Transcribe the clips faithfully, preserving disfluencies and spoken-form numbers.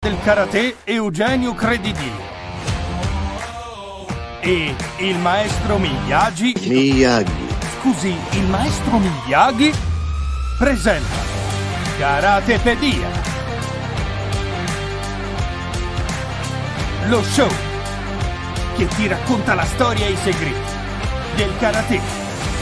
del karate Eugenio Credidi e il maestro Miyagi Miyagi scusi, il maestro Miyagi presenta Karatepedia, lo show che ti racconta la storia e i segreti del karate.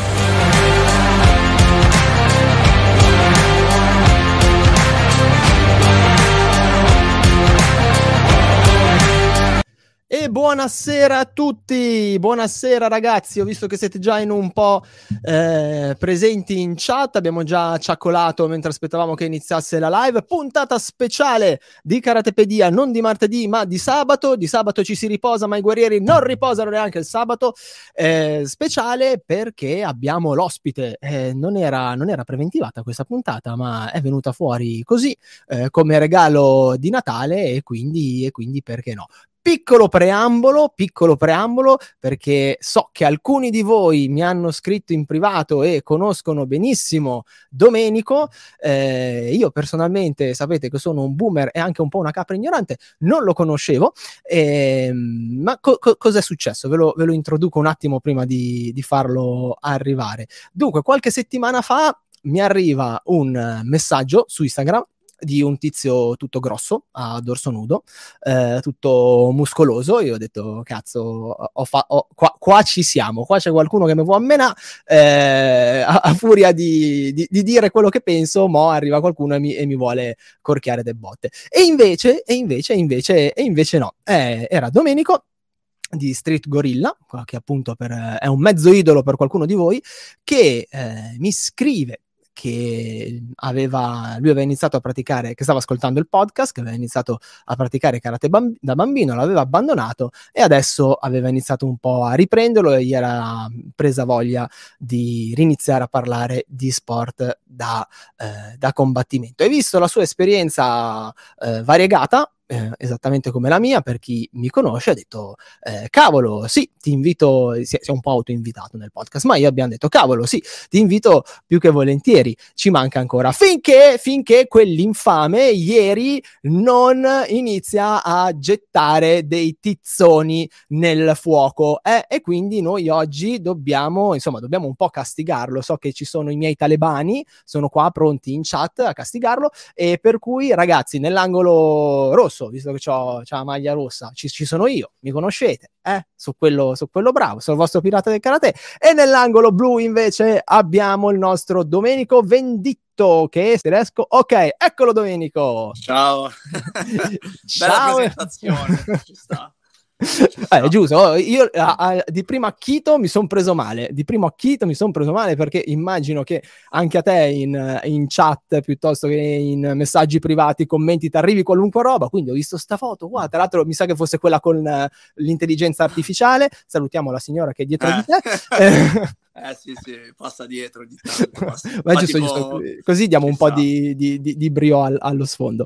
E buonasera a tutti, buonasera ragazzi, ho visto che siete già in un po' eh, presenti in chat, abbiamo già ciaccolato mentre aspettavamo che iniziasse la live, puntata speciale di Karatepedia, non di martedì ma di sabato, di sabato ci si riposa ma i guerrieri non riposano neanche il sabato, eh, speciale perché abbiamo l'ospite, eh, non era, non era preventivata questa puntata ma è venuta fuori così eh, come regalo di Natale e quindi, e quindi perché no. Piccolo preambolo, piccolo preambolo, perché so che alcuni di voi mi hanno scritto in privato e conoscono benissimo Domenico. Eh, io personalmente sapete che sono un boomer e anche un po' una capra ignorante, non lo conoscevo. Eh, ma co- co- cos'è successo? Ve lo, ve lo introduco un attimo prima di, di farlo arrivare. Dunque, qualche settimana fa mi arriva un messaggio su Instagram di un tizio tutto grosso, a dorso nudo, eh, tutto muscoloso. Io ho detto, cazzo, ho fa- ho, qua, qua ci siamo, qua c'è qualcuno che mi può ammenare, eh, a, a furia di, di, di dire quello che penso, mo arriva qualcuno e mi, e mi vuole corchiare de botte. E invece, e invece, e invece, e invece no, eh, era Domenico di Street Gorilla, che appunto per, è un mezzo idolo per qualcuno di voi, che eh, mi scrive che aveva, lui aveva iniziato a praticare, che stava ascoltando il podcast, che aveva iniziato a praticare karate bamb- da bambino, l'aveva abbandonato e adesso aveva iniziato un po' a riprenderlo e gli era presa voglia di riniziare a parlare di sport da, eh, da combattimento. E visto la sua esperienza eh, variegata, Eh, esattamente come la mia, per chi mi conosce, ha detto eh, cavolo, sì, ti invito, si è, si è un po' autoinvitato nel podcast, ma io abbiamo detto cavolo, sì, ti invito più che volentieri, ci manca ancora, finché, finché quell'infame ieri non inizia a gettare dei tizzoni nel fuoco, eh? E quindi noi oggi dobbiamo, insomma, dobbiamo un po' castigarlo. So che ci sono i miei talebani, sono qua pronti in chat a castigarlo, e per cui ragazzi, nell'angolo rosso, visto che ho la maglia rossa, ci, ci sono io, mi conoscete, eh? Su quello, su quello bravo, sono il vostro pirata del karate. E nell'angolo blu invece abbiamo il nostro Domenico Venditto, che se riesco, ok, eccolo Domenico. Ciao. Ciao. Bella presentazione, ci sta. Eh, giusto, io a, a, di primo acchito mi sono preso male, di primo acchito mi sono preso male perché immagino che anche a te in, in chat piuttosto che in messaggi privati, commenti, ti arrivi qualunque roba, quindi ho visto sta foto qua, tra l'altro mi sa che fosse quella con uh, l'intelligenza artificiale, salutiamo la signora che è dietro eh. di te. Eh sì sì, passa dietro di tanto, passa. Ma Ma giusto, tipo... giusto, così diamo un Ci po' sta. di, di, di, di brio al, allo sfondo.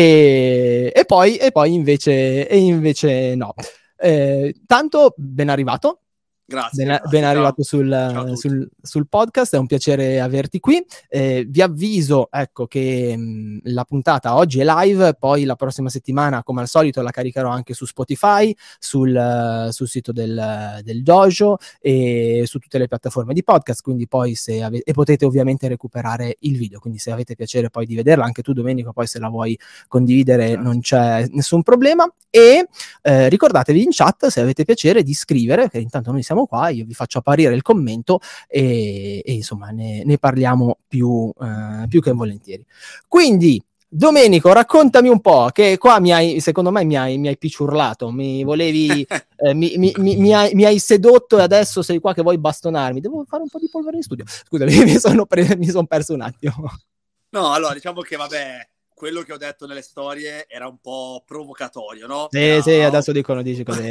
E, e, poi, e poi invece, e invece no. Eh, tanto ben arrivato. Grazie, Ben, grazie, ben ciao. arrivato sul, Ciao sul, sul podcast, è un piacere averti qui. Eh, vi avviso, ecco, che mh, la puntata oggi è live, poi la prossima settimana, come al solito, la caricherò anche su Spotify, sul, uh, sul sito del, del dojo e su tutte le piattaforme di podcast, quindi poi se ave- e potete ovviamente recuperare il video, quindi se avete piacere poi di vederla, anche tu Domenico, poi se la vuoi condividere Certo. Non c'è nessun problema. E eh, ricordatevi in chat, se avete piacere, di scrivere, che intanto noi siamo qua, io vi faccio apparire il commento e, e insomma ne, ne parliamo più, eh, più che volentieri. Quindi Domenico, raccontami un po', che qua mi hai, secondo me mi hai, mi hai picciurlato, mi volevi, eh, mi, mi, mi, mi, hai, mi hai sedotto e adesso sei qua che vuoi bastonarmi, devo fare un po' di polvere in studio, scusami, mi sono, pre- mi sono perso un attimo. No, allora diciamo che vabbè, quello che ho detto nelle storie era un po' provocatorio, no? Sì, Era... sì, adesso dicono, dici così.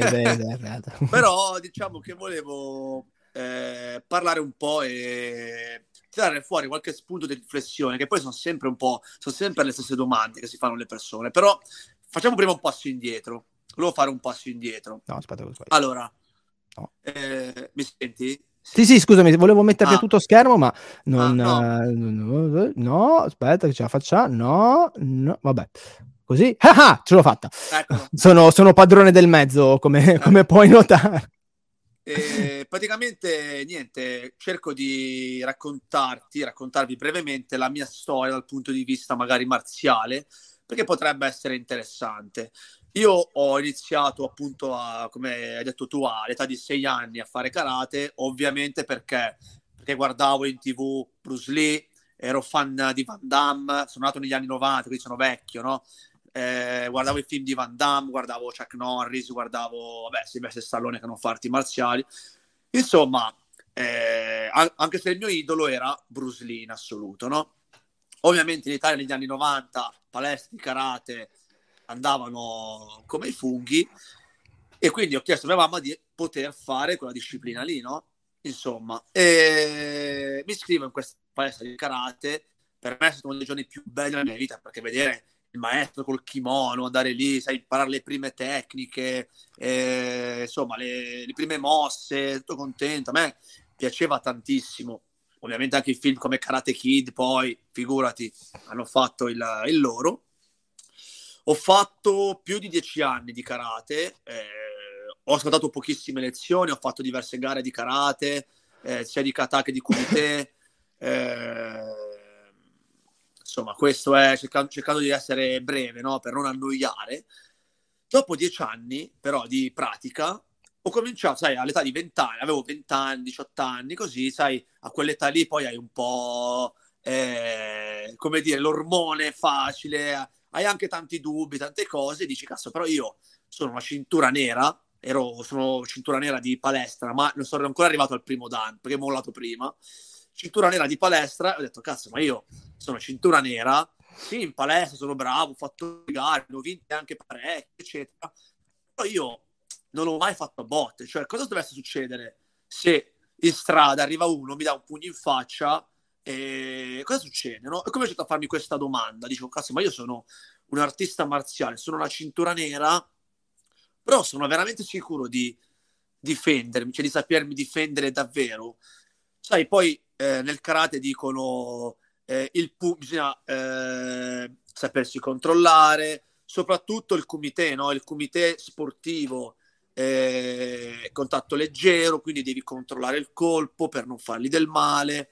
Però diciamo che volevo eh, parlare un po' e tirare fuori qualche spunto di riflessione, che poi sono sempre un po', sono sempre le stesse domande che si fanno le persone, però facciamo prima un passo indietro. Volevo fare un passo indietro. No, aspetta, aspetta. Allora, no. Eh, mi senti? Sì, sì, scusami, volevo metterti Ah. a tutto schermo, ma non... Ah, no. Uh, no, no, aspetta che ce la facciamo. No, no, vabbè. Così, ah, ah, ce l'ho fatta. Eccolo. Sono, sono padrone del mezzo, come, eh. come puoi notare. E praticamente niente, cerco di raccontarti, raccontarvi brevemente la mia storia dal punto di vista magari marziale, perché potrebbe essere interessante. Io ho iniziato appunto a, come hai detto tu, all'età di sei anni a fare karate, ovviamente perché, perché guardavo in tv Bruce Lee, ero fan di Van Damme, sono nato negli anni novanta, quindi sono vecchio, no? Eh, guardavo i film di Van Damme, guardavo Chuck Norris, guardavo, vabbè, Sylvester Stallone che non fa arti marziali. Insomma, eh, anche se il mio idolo era Bruce Lee in assoluto, no? Ovviamente in Italia negli anni novanta palestre di karate andavano come i funghi e quindi ho chiesto a mia mamma di poter fare quella disciplina lì, no? Insomma, e mi iscrivo in questa palestra di karate. Per me è stato uno dei giorni più belli della mia vita, perché vedere il maestro col kimono, andare lì, sai, imparare le prime tecniche, eh, insomma, le, le prime mosse, tutto contento. A me piaceva tantissimo. Ovviamente anche i film come Karate Kid, poi, figurati, hanno fatto il, il loro. Ho fatto più di dieci anni di karate, eh, ho ascoltato pochissime lezioni, ho fatto diverse gare di karate, eh, sia di kata che di kumite. Eh, insomma, questo è cercando, cercando di essere breve, no? Per non annoiare. Dopo dieci anni, però, di pratica, ho cominciato, sai, all'età di venti anni, avevo venti anni, diciotto anni, così, sai, a quell'età lì poi hai un po', eh, come dire, l'ormone facile, hai anche tanti dubbi, tante cose, e dici, cazzo, però io sono una cintura nera, ero, sono cintura nera di palestra, ma non sono ancora arrivato al primo dan, perché ho mollato prima. Cintura nera di palestra, ho detto, cazzo, ma io sono cintura nera, sì, in palestra sono bravo, ho fatto gare, ne ho vinte anche parecchie, eccetera, però io non ho mai fatto a botte. Cioè, cosa dovesse succedere se in strada arriva uno, mi dà un pugno in faccia, e cosa succede, no? E come ho iniziato a farmi questa domanda? Dicevo, cazzo, ma io sono un artista marziale, sono una cintura nera, però sono veramente sicuro di difendermi, cioè di sapermi difendere davvero. Sai, poi eh, nel karate dicono eh, il pu- bisogna eh, sapersi controllare, soprattutto il kumite, no? Il kumite sportivo, eh, contatto leggero, quindi devi controllare il colpo per non fargli del male.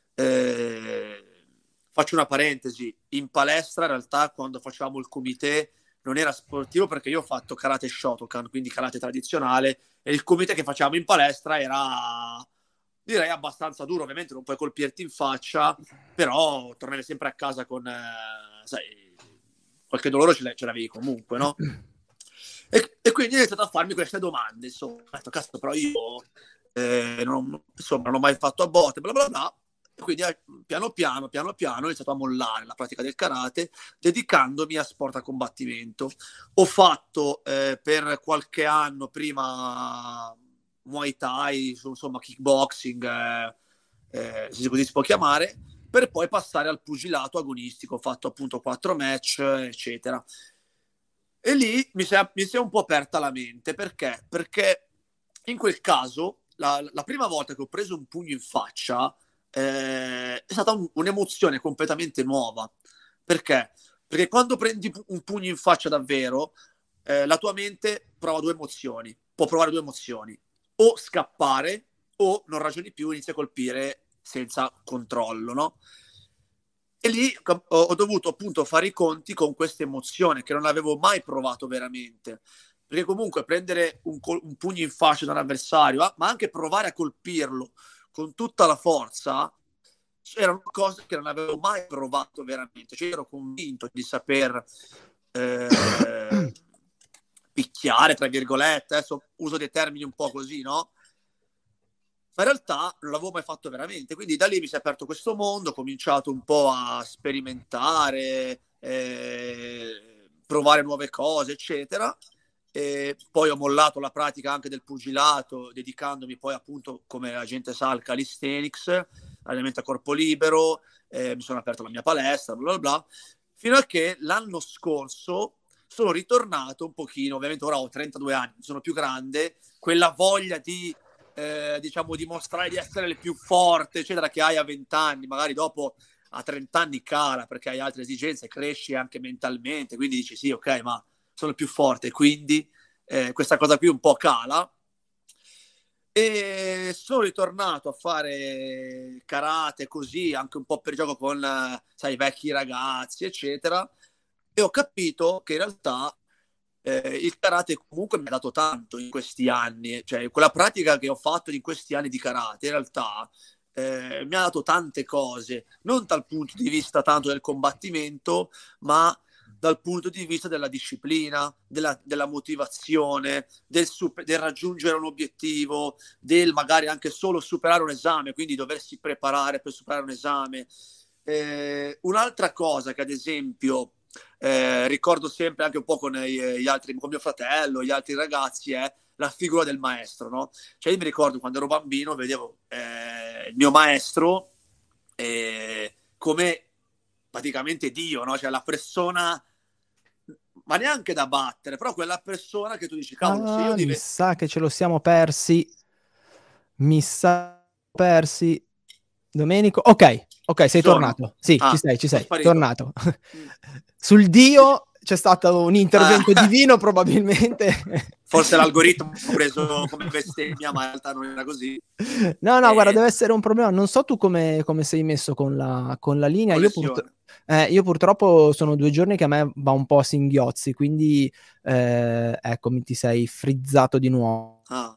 Eh, faccio una parentesi, in palestra in realtà quando facevamo il kumite non era sportivo, perché io ho fatto karate Shotokan, quindi karate tradizionale, e il kumite che facevamo in palestra era, direi, abbastanza duro. Ovviamente non puoi colpirti in faccia, però tornavi sempre a casa con eh, sai, qualche dolore ce, ce l'avevi comunque, no? E, e quindi ho iniziato a farmi queste domande, insomma, ho detto, cazzo, però io eh, non, insomma, non ho mai fatto a botte, bla bla bla. E quindi piano piano, piano piano ho iniziato a mollare la pratica del karate, dedicandomi a sport a combattimento. Ho fatto eh, per qualche anno prima Muay Thai, insomma kickboxing, eh, eh, se così si può chiamare, per poi passare al pugilato agonistico. Ho fatto appunto quattro match, eccetera. E lì mi si, è, mi si è un po' aperta la mente. Perché? Perché in quel caso, la, la prima volta che ho preso un pugno in faccia, eh, è stata un, un'emozione completamente nuova. Perché? Perché quando prendi un pugno in faccia davvero, eh, la tua mente prova due emozioni, può provare due emozioni, o scappare o non ragioni più, inizia a colpire senza controllo, no? E lì ho, ho dovuto appunto fare i conti con questa emozione che non avevo mai provato veramente, perché comunque prendere un, col- un pugno in faccia da un avversario, ah, ma anche provare a colpirlo con tutta la forza, erano cose che non avevo mai provato veramente. Cioè, ero convinto di saper eh, picchiare, tra virgolette, adesso uso dei termini un po' così, no? Ma in realtà non l'avevo mai fatto veramente. Quindi da lì mi si è aperto questo mondo, ho cominciato un po' a sperimentare, eh, provare nuove cose, eccetera. E poi ho mollato la pratica anche del pugilato, dedicandomi poi appunto, come la gente sa, al calisthenics, allenamento a corpo libero. Eh, mi sono aperto la mia palestra, bla bla bla, fino a che l'anno scorso sono ritornato un pochino. Ovviamente ora ho trentadue anni, sono più grande, quella voglia di eh, diciamo dimostrare di essere il più forte, eccetera, che hai a venti anni, magari dopo a trenta anni cala perché hai altre esigenze, cresci anche mentalmente, quindi dici sì, ok, ma sono più forte, quindi eh, questa cosa qui un po' cala. E sono ritornato a fare karate così, anche un po' per gioco con, sai, vecchi ragazzi, eccetera, e ho capito che in realtà eh, il karate comunque mi ha dato tanto in questi anni, cioè quella pratica che ho fatto in questi anni di karate in realtà eh, mi ha dato tante cose, non dal punto di vista tanto del combattimento, ma dal punto di vista della disciplina, della, della motivazione, del, super, del raggiungere un obiettivo, del magari anche solo superare un esame, quindi doversi preparare per superare un esame. Eh, un'altra cosa che ad esempio eh, ricordo sempre anche un po' con i, gli altri, con mio fratello, gli altri ragazzi, è la figura del maestro, no? Cioè io mi ricordo quando ero bambino, vedevo eh, il mio maestro eh, come praticamente Dio, no? Cioè la persona, ma neanche da battere, però quella persona che tu dici, cavolo, ah, se io mi div- sa che ce lo siamo persi. Mi sa persi. Domenico. Ok, ok, sei sono. tornato. Sì, ci Ah, sei, ci sono sei. sparito. Tornato. Mm. Sul Dio c'è stato un intervento Ah. divino, probabilmente. Forse l'algoritmo ha preso come bestemmia, ma in realtà non era così. No, no, E... guarda, deve essere un problema. Non so tu come, come sei messo con la, con la linea. Io, purt- eh, io purtroppo sono due giorni che a me va un po' a singhiozzi, quindi eh, ecco, mi ti sei frizzato di nuovo. Ah.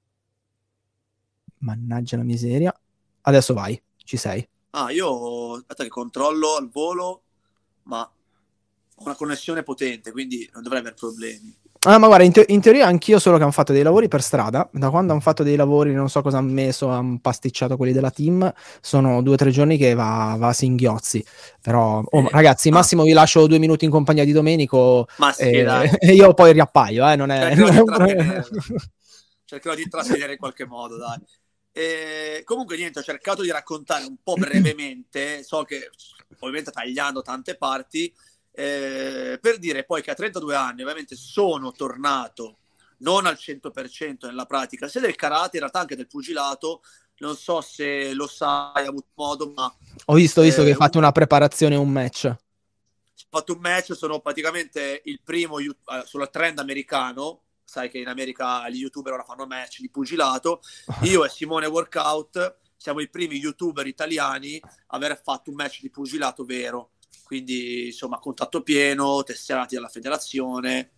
Mannaggia la miseria. Adesso vai, ci sei. Ah, io aspetta che controllo al volo, ma ho una connessione potente, quindi non dovrei avere problemi. Ah, ma guarda, in, te- in teoria anch'io, solo che hanno fatto dei lavori per strada. Da quando hanno fatto dei lavori, non so cosa hanno messo, hanno pasticciato quelli della team. Sono due o tre giorni che va, va a singhiozzi. Però, oh, Eh, ragazzi, ah. massimo vi lascio due minuti in compagnia di Domenico. Ma sì, e, dai. e io poi riappaio, eh, non è... Cercherò di trattenere, cercherò di trattenere in qualche modo, dai. E comunque niente, ho cercato di raccontare un po' brevemente, so che ovviamente tagliando tante parti, eh, per dire poi che a trentadue anni ovviamente sono tornato non al cento per cento nella pratica sia del karate, in realtà anche del pugilato. Non so se lo sai, hai avuto modo, ma ho visto, ho visto eh, che hai fatto un... una preparazione, un match. Ho fatto un match, sono praticamente il primo uh, sulla trend americano. Sai che in America gli youtuber ora fanno match di pugilato. Io e Simone Workout siamo i primi youtuber italiani a aver fatto un match di pugilato vero. Quindi, insomma, contatto pieno, tesserati dalla federazione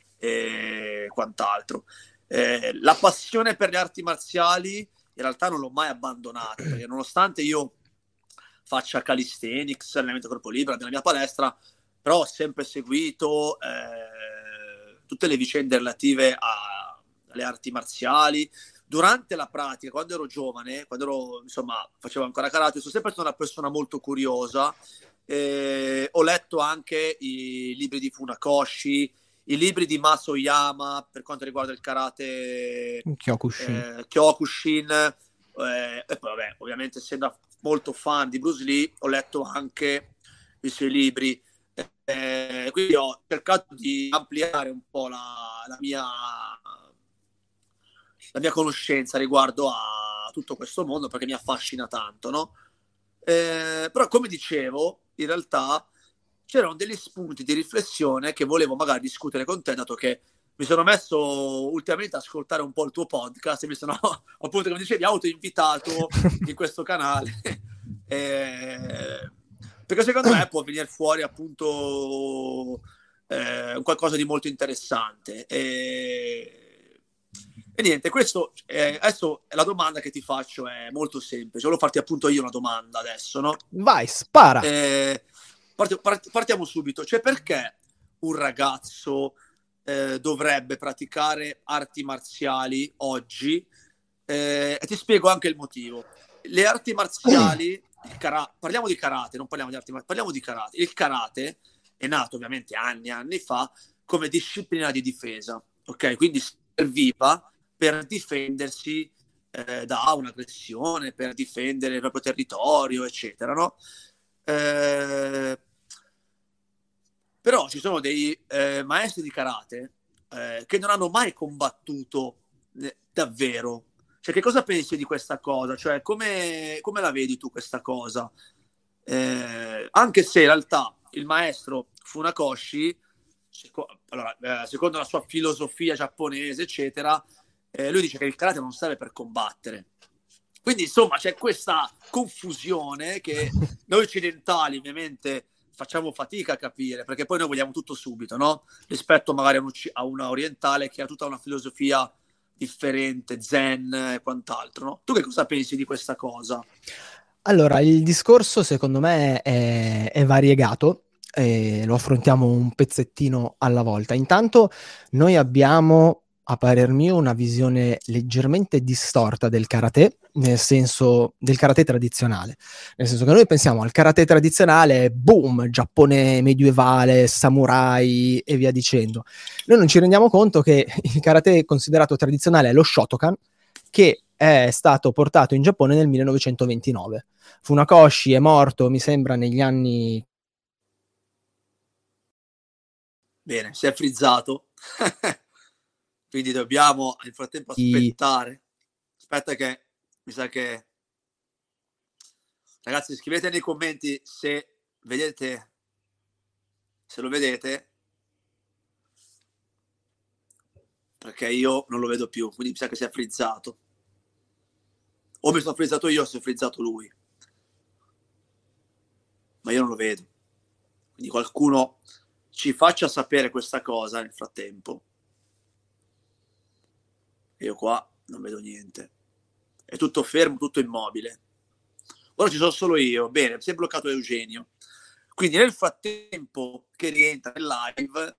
e quant'altro. Eh, la passione per le arti marziali in realtà non l'ho mai abbandonata, perché nonostante io faccia calisthenics, allenamento corpo libero nella mia palestra, però ho sempre seguito... Eh, tutte le vicende relative a, alle arti marziali. Durante la pratica, quando ero giovane, quando ero, insomma, facevo ancora karate, sono sempre stata una persona molto curiosa. Eh, ho letto anche i libri di Funakoshi, i libri di Mas Oyama per quanto riguarda il karate Kyokushin. Eh, Kyokushin eh, e poi vabbè, ovviamente essendo molto fan di Bruce Lee, ho letto anche i suoi libri. Eh, quindi ho cercato di ampliare un po' la, la mia la mia conoscenza riguardo a tutto questo mondo, perché mi affascina tanto, no? Eh, però come dicevo, in realtà c'erano degli spunti di riflessione che volevo magari discutere con te, dato che mi sono messo ultimamente a ascoltare un po' il tuo podcast e mi sono, appunto, come dicevi, autoinvitato in questo canale. eh, perché secondo me può venire fuori appunto eh, qualcosa di molto interessante. E, e niente, questo eh, adesso la domanda che ti faccio è molto semplice. Volevo farti appunto io una domanda adesso, no? Vai, spara! Eh, part- part- partiamo subito. Cioè, perché un ragazzo eh, dovrebbe praticare arti marziali oggi? Eh, e ti spiego anche il motivo. Le arti marziali... Il kara- parliamo di karate, non parliamo di arti marziali, parliamo di karate. Il karate è nato ovviamente anni e anni fa come disciplina di difesa, ok? Quindi serviva per difendersi eh, da un'aggressione, per difendere il proprio territorio, eccetera, no? Eh, però ci sono dei eh, maestri di karate eh, che non hanno mai combattuto eh, davvero. Cioè, che cosa pensi di questa cosa? Cioè, come, come la vedi tu questa cosa? eh, anche se in realtà il maestro Funakoshi, seco- allora, eh, secondo la sua filosofia giapponese, eccetera, eh, lui dice che il karate non serve per combattere. Quindi, insomma, c'è questa confusione che noi occidentali, ovviamente, facciamo fatica a capire, perché poi noi vogliamo tutto subito, no? Rispetto magari a, un, a una orientale che ha tutta una filosofia differente, zen e quant'altro, no? Tu che cosa pensi di questa cosa? Allora, il discorso secondo me è, è variegato, e lo affrontiamo un pezzettino alla volta. Intanto noi abbiamo, a parer mio, una visione leggermente distorta del karate, nel senso del karate tradizionale. Nel senso che noi pensiamo al karate tradizionale, boom, Giappone medievale, samurai e via dicendo. Noi non ci rendiamo conto che il karate considerato tradizionale è lo Shotokan, che è stato portato in Giappone nel millenovecentoventinove. Funakoshi è morto, mi sembra, negli anni... Bene, si è frizzato. Quindi dobbiamo nel frattempo aspettare. Aspetta che mi sa che... Ragazzi, scrivete nei commenti se vedete, se lo vedete, perché io non lo vedo più, quindi mi sa che si è frizzato. O mi sono frizzato io o si è frizzato lui. Ma io non lo vedo. Quindi qualcuno ci faccia sapere questa cosa nel frattempo. Io qua non vedo niente. È tutto fermo, tutto immobile. Ora ci sono solo io. Bene, si è bloccato Eugenio. Quindi nel frattempo che rientra nel live,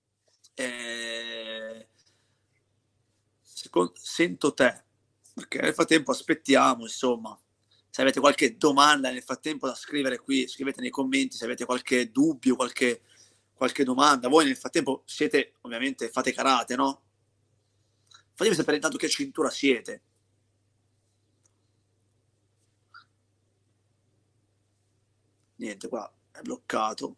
eh, secondo, sento te. Perché nel frattempo aspettiamo, insomma. Se avete qualche domanda nel frattempo da scrivere qui, scrivete nei commenti se avete qualche dubbio, qualche, qualche domanda. Voi nel frattempo siete, ovviamente, fate karate, no? Fatemi sapere intanto che cintura siete. Niente, qua è bloccato.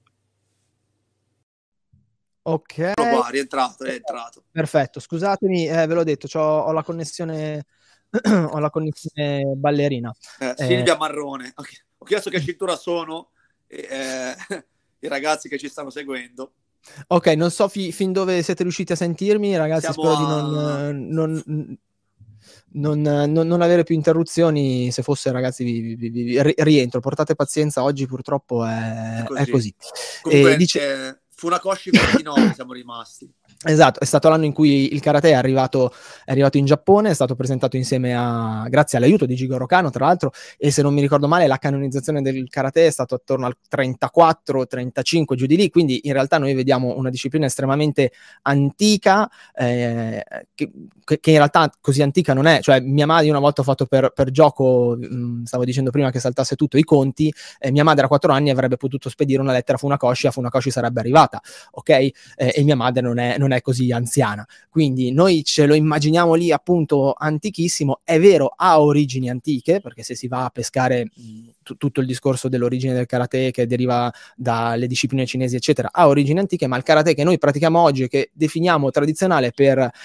Ok. Ecco qua, rientrato, è entrato. Perfetto, scusatemi, eh, ve l'ho detto, c'ho, ho la connessione... ho la connessione ballerina. Eh, Silvia eh, Marrone. Okay. Ho chiesto che cintura sono e, eh, i ragazzi che ci stanno seguendo. Ok, non so fi- fin dove siete riusciti a sentirmi, ragazzi. Siamo spero a... di non, non, non, non, non avere più interruzioni. Se fosse, ragazzi, vi, vi, vi, vi rientro. Portate pazienza, oggi purtroppo è, è così. È così. Comunque, e dice... eh, Funakoshi ventinove siamo rimasti. Esatto, è stato l'anno in cui il karate è arrivato, è arrivato in Giappone, è stato presentato insieme a, grazie all'aiuto di Jigoro Kano, tra l'altro, e se non mi ricordo male la canonizzazione del karate è stato attorno al trentaquattro trentacinque, giù di lì, quindi in realtà noi vediamo una disciplina estremamente antica, eh, che, che in realtà così antica non è, cioè mia madre, una volta ho fatto per, per gioco, mh, stavo dicendo prima che saltasse tutto i conti, eh, mia madre a quattro anni avrebbe potuto spedire una lettera a Funakoshi, a Funakoshi sarebbe arrivata, ok? Eh, e mia madre non è, non non è così anziana, quindi noi ce lo immaginiamo lì appunto antichissimo. È vero, ha origini antiche, perché se si va a pescare mh, t- tutto il discorso dell'origine del karate che deriva dalle discipline cinesi eccetera, ha origini antiche, ma il karate che noi pratichiamo oggi e che definiamo tradizionale per, eh,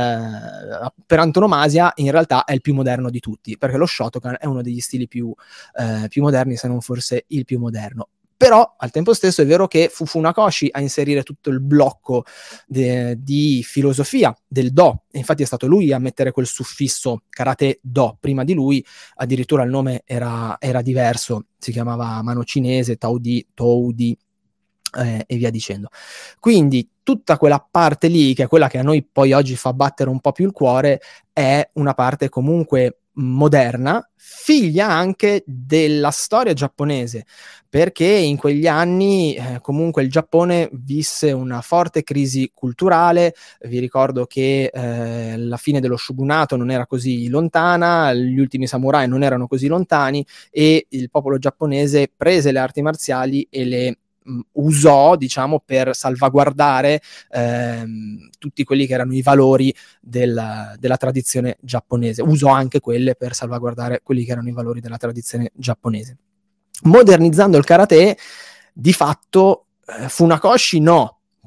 per antonomasia in realtà è il più moderno di tutti, perché lo Shotokan è uno degli stili più, eh, più moderni, se non forse il più moderno. Però al tempo stesso è vero che fu Funakoshi a inserire tutto il blocco de, di filosofia del Do, e infatti è stato lui a mettere quel suffisso karate Do. Prima di lui addirittura il nome era, era diverso, si chiamava mano cinese, Taodi, Toudi eh, e via dicendo. Quindi tutta quella parte lì, che è quella che a noi poi oggi fa battere un po' più il cuore, è una parte comunque moderna, figlia anche della storia giapponese, perché in quegli anni eh, comunque il Giappone visse una forte crisi culturale. Vi ricordo che eh, la fine dello shogunato non era così lontana, gli ultimi samurai non erano così lontani, e il popolo giapponese prese le arti marziali e le usò, diciamo, per salvaguardare ehm, tutti quelli che erano i valori del, della tradizione giapponese. Usò anche quelle per salvaguardare quelli che erano i valori della tradizione giapponese. Modernizzando il karate, di fatto eh, Funakoshi no,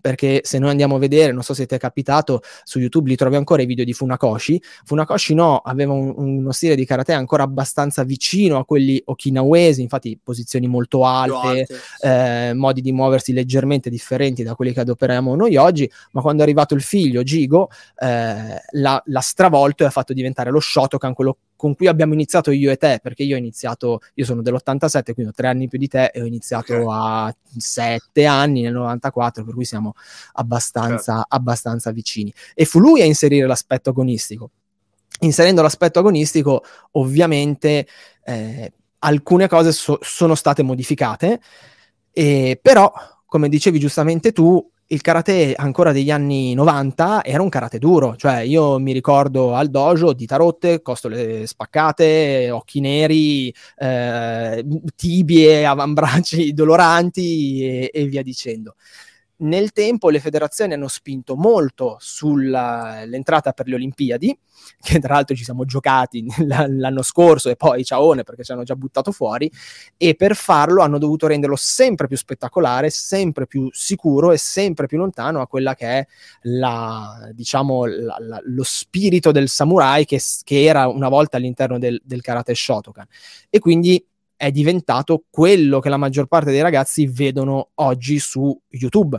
perché se noi andiamo a vedere, non so se ti è capitato, su YouTube li trovi ancora i video di Funakoshi. Funakoshi no, aveva un, uno stile di karate ancora abbastanza vicino a quelli okinawesi, infatti posizioni molto alte, alte sì. eh, modi di muoversi leggermente differenti da quelli che adoperiamo noi oggi, ma quando è arrivato il figlio Jigo eh, l'ha, l'ha stravolto e ha fatto diventare lo Shotokan, quello con cui abbiamo iniziato io e te, perché io ho iniziato, io sono dell'ottantasette, quindi ho tre anni più di te, e ho iniziato okay. a sette anni nel novantaquattro, per cui siamo abbastanza, certo. abbastanza vicini. E fu lui a inserire l'aspetto agonistico. Inserendo l'aspetto agonistico, ovviamente eh, alcune cose so- sono state modificate, eh, però, come dicevi giustamente tu, il karate ancora degli anni novanta era un karate duro, cioè io mi ricordo al dojo dita rotte, costole spaccate, occhi neri, eh, tibie, avambracci doloranti e, e via dicendo. Nel tempo le federazioni hanno spinto molto sull'entrata per le Olimpiadi, che tra l'altro ci siamo giocati l'anno scorso e poi ciaone perché ci hanno già buttato fuori, e per farlo hanno dovuto renderlo sempre più spettacolare, sempre più sicuro e sempre più lontano a quella che è la, diciamo, la, la, lo spirito del samurai che, che era una volta all'interno del, del karate Shotokan. E quindi è diventato quello che la maggior parte dei ragazzi vedono oggi su YouTube.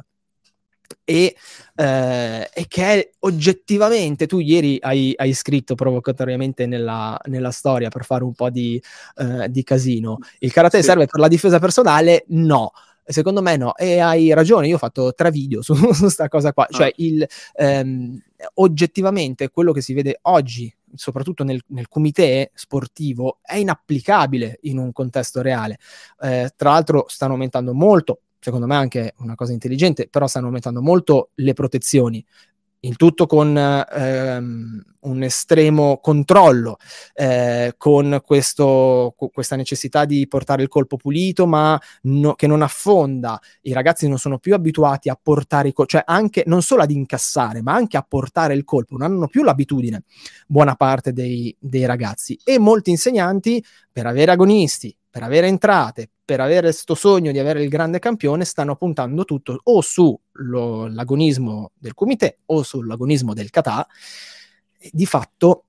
E, eh, e che è oggettivamente, tu ieri hai, hai scritto provocatoriamente nella, nella storia per fare un po' di, eh, di casino, il karate Sì. serve per la difesa personale? No, secondo me no, e hai ragione, io ho fatto tre video su questa cosa qua, cioè Ah. il, ehm, oggettivamente quello che si vede oggi, soprattutto nel, nel kumite sportivo, è inapplicabile in un contesto reale. Eh, tra l'altro stanno aumentando molto, secondo me anche una cosa intelligente, però stanno aumentando molto le protezioni, il tutto con ehm, un estremo controllo, eh, con questo, co- questa necessità di portare il colpo pulito, ma no, che non affonda. I ragazzi non sono più abituati a portare i colpi, cioè anche non solo ad incassare, ma anche a portare il colpo, non hanno più l'abitudine, buona parte dei, dei ragazzi. E molti insegnanti, per avere agonisti, per avere entrate, per avere sto sogno di avere il grande campione, stanno puntando tutto o sull'agonismo del kumite o sull'agonismo del kata, di fatto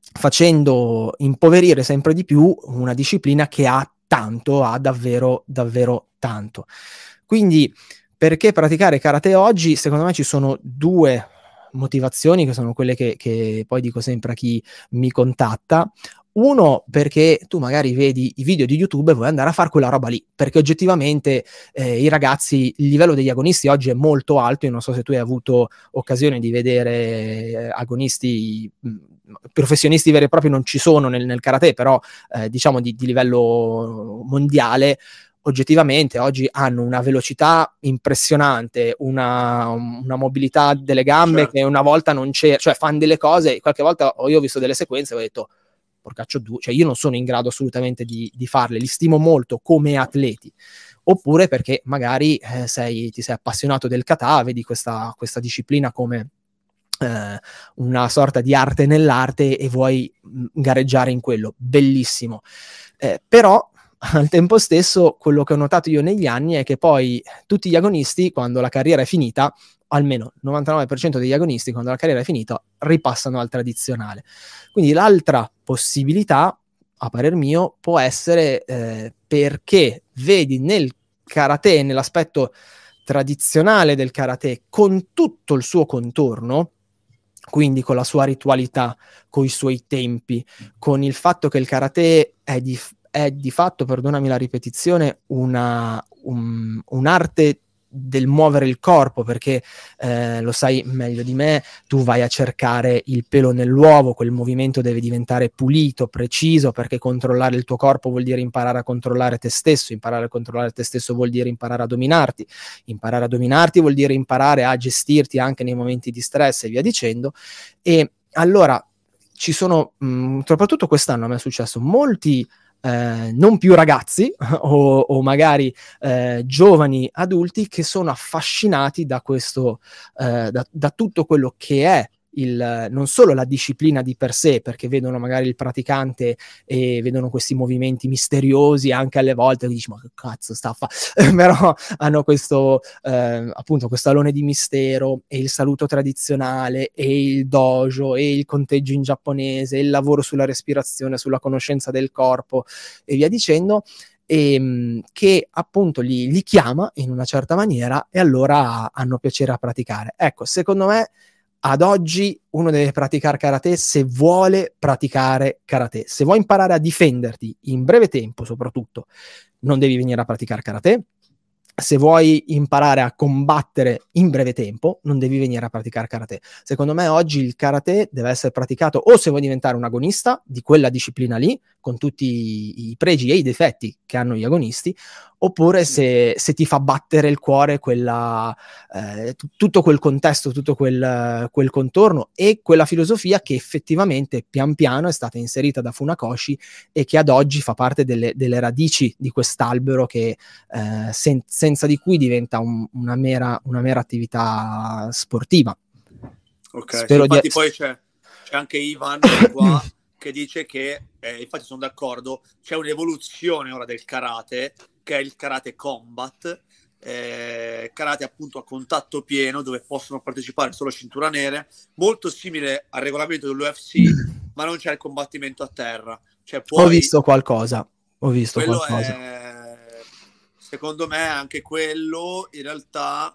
facendo impoverire sempre di più una disciplina che ha tanto, ha davvero, davvero tanto. Quindi, perché praticare karate oggi? Secondo me ci sono due motivazioni, che sono quelle che, che poi dico sempre a chi mi contatta. Uno, perché tu magari vedi i video di YouTube e vuoi andare a fare quella roba lì, perché oggettivamente eh, i ragazzi, il livello degli agonisti oggi è molto alto. Io non so se tu hai avuto occasione di vedere eh, agonisti, mh, professionisti veri e propri non ci sono nel, nel karate, però eh, diciamo di, di livello mondiale. Oggettivamente oggi hanno una velocità impressionante, una, una mobilità delle gambe certo. che una volta non c'era, cioè fanno delle cose, qualche volta io ho visto delle sequenze e ho detto porcaccio due, cioè io non sono in grado assolutamente di, di farle, li stimo molto come atleti. Oppure perché magari eh, sei, ti sei appassionato del kata, vedi questa, questa disciplina come eh, una sorta di arte nell'arte e vuoi mh, gareggiare in quello, bellissimo. Eh, però al tempo stesso quello che ho notato io negli anni è che poi tutti gli agonisti, quando la carriera è finita, almeno il novantanove per cento degli agonisti, quando la carriera è finita, ripassano al tradizionale. Quindi l'altra possibilità, a parer mio, può essere eh, perché vedi nel karate, nell'aspetto tradizionale del karate, con tutto il suo contorno, quindi con la sua ritualità, con i suoi tempi, con il fatto che il karate è di, è di fatto, perdonami la ripetizione, una, un, un'arte del muovere il corpo, perché eh, lo sai meglio di me, tu vai a cercare il pelo nell'uovo, quel movimento deve diventare pulito, preciso, perché controllare il tuo corpo vuol dire imparare a controllare te stesso, imparare a controllare te stesso vuol dire imparare a dominarti, imparare a dominarti vuol dire imparare a gestirti anche nei momenti di stress e via dicendo. E allora ci sono, mh, soprattutto quest'anno a me è successo, molti Eh, non più ragazzi o, o magari eh, giovani adulti che sono affascinati da questo, eh, da, da tutto quello che è il, non solo la disciplina di per sé, perché vedono magari il praticante e vedono questi movimenti misteriosi anche alle volte, e dici ma che cazzo sta a fa? Però hanno questo eh, appunto questo alone di mistero, e il saluto tradizionale, e il dojo, e il conteggio in giapponese, e il lavoro sulla respirazione, sulla conoscenza del corpo e via dicendo, e, che appunto li, li chiama in una certa maniera, e allora hanno piacere a praticare. Ecco, secondo me ad oggi uno deve praticare karate se vuole praticare karate. Se vuoi imparare a difenderti in breve tempo, soprattutto, non devi venire a praticare karate. Se vuoi imparare a combattere in breve tempo, non devi venire a praticare karate. Secondo me oggi il karate deve essere praticato o se vuoi diventare un agonista di quella disciplina lì, con tutti i pregi e i difetti che hanno gli agonisti, oppure se, se ti fa battere il cuore quella, eh, t- tutto quel contesto, tutto quel, quel contorno e quella filosofia che effettivamente pian piano è stata inserita da Funakoshi e che ad oggi fa parte delle, delle radici di quest'albero che eh, sen- senza di cui diventa un, una, mera, una mera attività sportiva. Ok, Spero sì, infatti di... poi c'è, c'è anche Ivan qua che dice che, eh, infatti sono d'accordo, c'è un'evoluzione ora del karate, che è il karate combat, eh, karate appunto a contatto pieno, dove possono partecipare solo cintura nere, molto simile al regolamento dell'U F C, ma non c'è il combattimento a terra. Cioè, puoi... Ho visto qualcosa, ho visto quello qualcosa. È, secondo me anche quello in realtà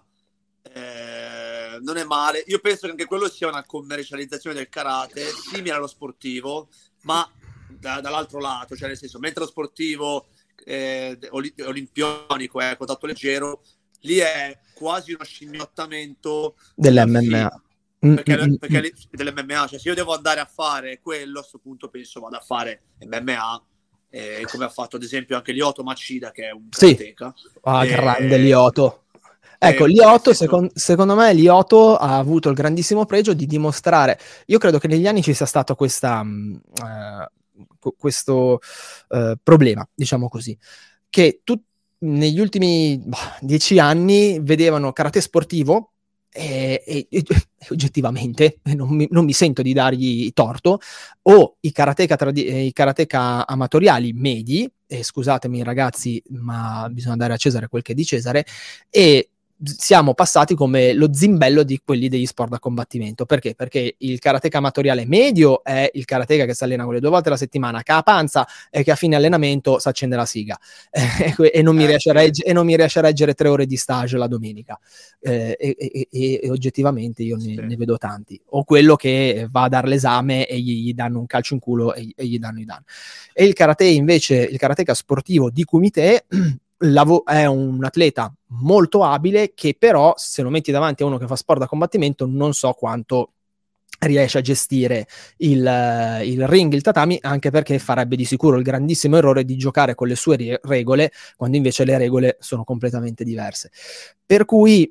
eh, non è male. Io penso che anche quello sia una commercializzazione del karate simile allo sportivo, ma da, dall'altro lato, cioè nel senso, mentre lo sportivo eh, olimpionico è a contatto leggero, lì è quasi uno scimmiottamento dell'M M A. Perché, Mm-mm. perché lì, dell'M M A, cioè se io devo andare a fare quello, a questo punto penso vado a fare M M A, eh, come ha fatto ad esempio anche Lyoto Machida, che è un karateka. Sì. Ah, eh, grande Lyoto. Ecco, eh, Lyoto, senso... secondo, secondo me, Lyoto ha avuto il grandissimo pregio di dimostrare. Io credo che negli anni ci sia stato questa, mh, uh, questo uh, problema, diciamo così, che tu, negli ultimi boh, dieci anni vedevano karate sportivo e, e, e oggettivamente non mi, non mi sento di dargli torto, o i karateka, tradi- i karateka amatoriali medi, e scusatemi ragazzi, ma bisogna dare a Cesare quel che è di Cesare, e siamo passati come lo zimbello di quelli degli sport da combattimento. Perché? Perché il karateka amatoriale medio è il karateka che si allena quelle due volte alla settimana, che ha pancia e che a fine allenamento si accende la siga eh, e, non mi eh, riesce sì. a regge- e non mi riesce a reggere tre ore di stage la domenica. Eh, e, e, e, e oggettivamente io ne, Sì. ne vedo tanti. O quello che va a dare l'esame e gli, gli danno un calcio in culo e, e gli danno i danni. E il karate invece, il karateka sportivo di kumite è un atleta molto abile, che però se lo metti davanti a uno che fa sport da combattimento non so quanto riesce a gestire il, il ring, il tatami, anche perché farebbe di sicuro il grandissimo errore di giocare con le sue re- regole quando invece le regole sono completamente diverse. Per cui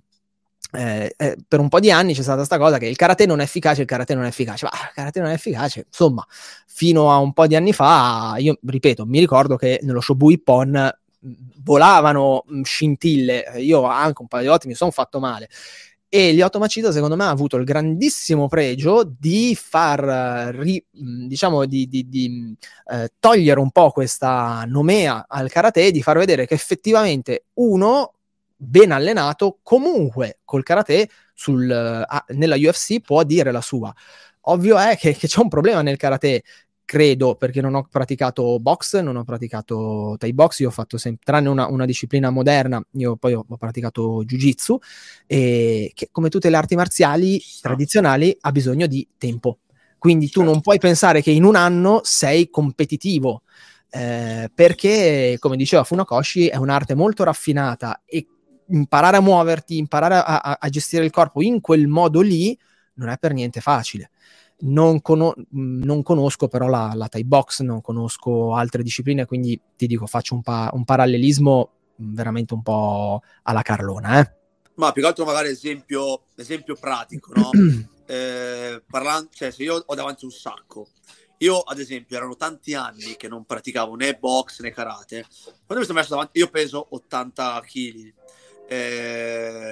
Eh, eh, per un po' di anni c'è stata questa cosa che il karate non è efficace, il karate non è efficace, ma il karate non è efficace, insomma, fino a un po' di anni fa, io ripeto, mi ricordo che nello Shobu Ippon volavano scintille, io anche un paio di volte mi sono fatto male, e Lyoto Machida secondo me ha avuto il grandissimo pregio di far ri, diciamo di, di, di eh, togliere un po' questa nomea al karate, di far vedere che effettivamente uno ben allenato comunque col karate sul, ah, nella U F C può dire la sua. Ovvio è che, che c'è un problema nel karate, credo, perché non ho praticato box, non ho praticato Thai box, io ho fatto sempre, tranne una, una disciplina moderna, io poi ho, ho praticato jiu-jitsu, e che come tutte le arti marziali tradizionali ha bisogno di tempo. Quindi tu non puoi pensare che in un anno sei competitivo, eh, perché, come diceva Funakoshi, è un'arte molto raffinata e imparare a muoverti, imparare a, a, a gestire il corpo in quel modo lì non è per niente facile. Non, cono- non conosco però la, la Thai box, non conosco altre discipline, quindi ti dico, faccio un, pa- un parallelismo veramente un po' alla Carlona, eh. Ma più che altro magari esempio, esempio pratico, no? eh, parlando, cioè se io ho davanti un sacco, io ad esempio erano tanti anni che non praticavo né box né karate, quando mi sono messo davanti, io peso ottanta chili, eh,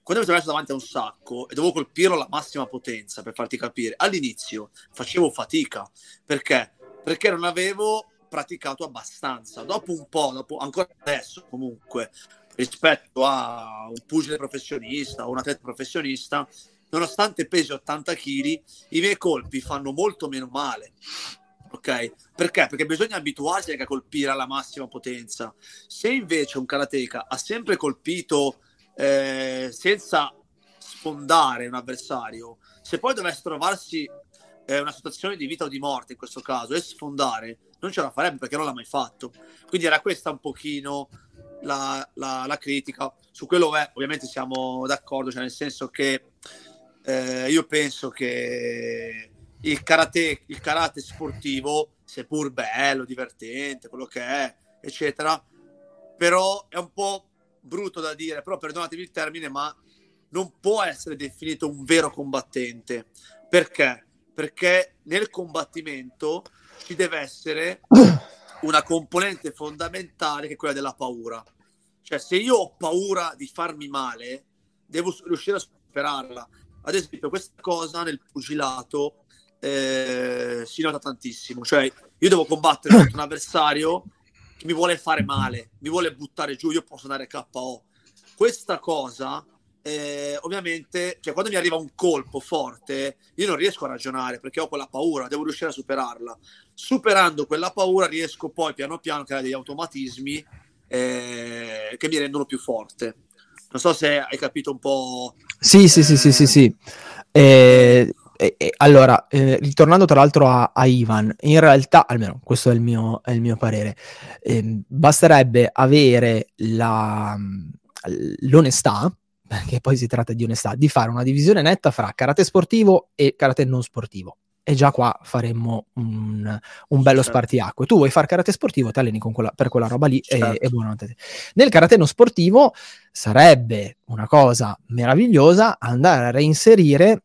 quando mi sono messo davanti a un sacco e dovevo colpirlo alla massima potenza, per farti capire, all'inizio facevo fatica. Perché? Perché non avevo praticato abbastanza. Dopo un po', dopo, ancora adesso comunque, rispetto a un pugile professionista o un atleta professionista, nonostante pesi ottanta chili, i miei colpi fanno molto meno male. Ok? Perché? Perché bisogna abituarsi anche a colpire alla massima potenza. Se invece un karateka ha sempre colpito eh, senza sfondare un avversario, se poi dovesse trovarsi eh, una situazione di vita o di morte in questo caso e sfondare, non ce la farebbe perché non l'ha mai fatto. Quindi era questa un pochino la, la, la critica. Su quello beh, ovviamente siamo d'accordo, cioè nel senso che eh, io penso che il karate, il karate sportivo, seppur bello, divertente, quello che è, eccetera, però è un po' brutto da dire, però perdonatemi il termine, ma non può essere definito un vero combattente. Perché? Perché nel combattimento ci deve essere una componente fondamentale che è quella della paura. Cioè, se io ho paura di farmi male, devo riuscire a superarla. Ad esempio, questa cosa nel pugilato eh, si nota tantissimo. Cioè, io devo combattere contro un avversario che mi vuole fare male, mi vuole buttare giù, io posso andare K O. Questa cosa, eh, ovviamente, cioè quando mi arriva un colpo forte, io non riesco a ragionare perché ho quella paura, devo riuscire a superarla. Superando quella paura riesco poi piano piano a creare degli automatismi eh, che mi rendono più forte. Non so se hai capito un po'. Sì, eh... sì, sì, sì, sì, sì. Eh... E, e, allora, eh, ritornando tra l'altro a, a Ivan, in realtà, almeno questo è il mio, è il mio parere, eh, basterebbe avere la, l'onestà, perché poi si tratta di onestà, di fare una divisione netta fra karate sportivo e karate non sportivo. E già qua faremmo un, un bello certo. spartiacque. Tu vuoi fare karate sportivo, ti alleni con quella, per quella roba lì certo. e, e buonanotte. Nel karate non sportivo sarebbe una cosa meravigliosa andare a reinserire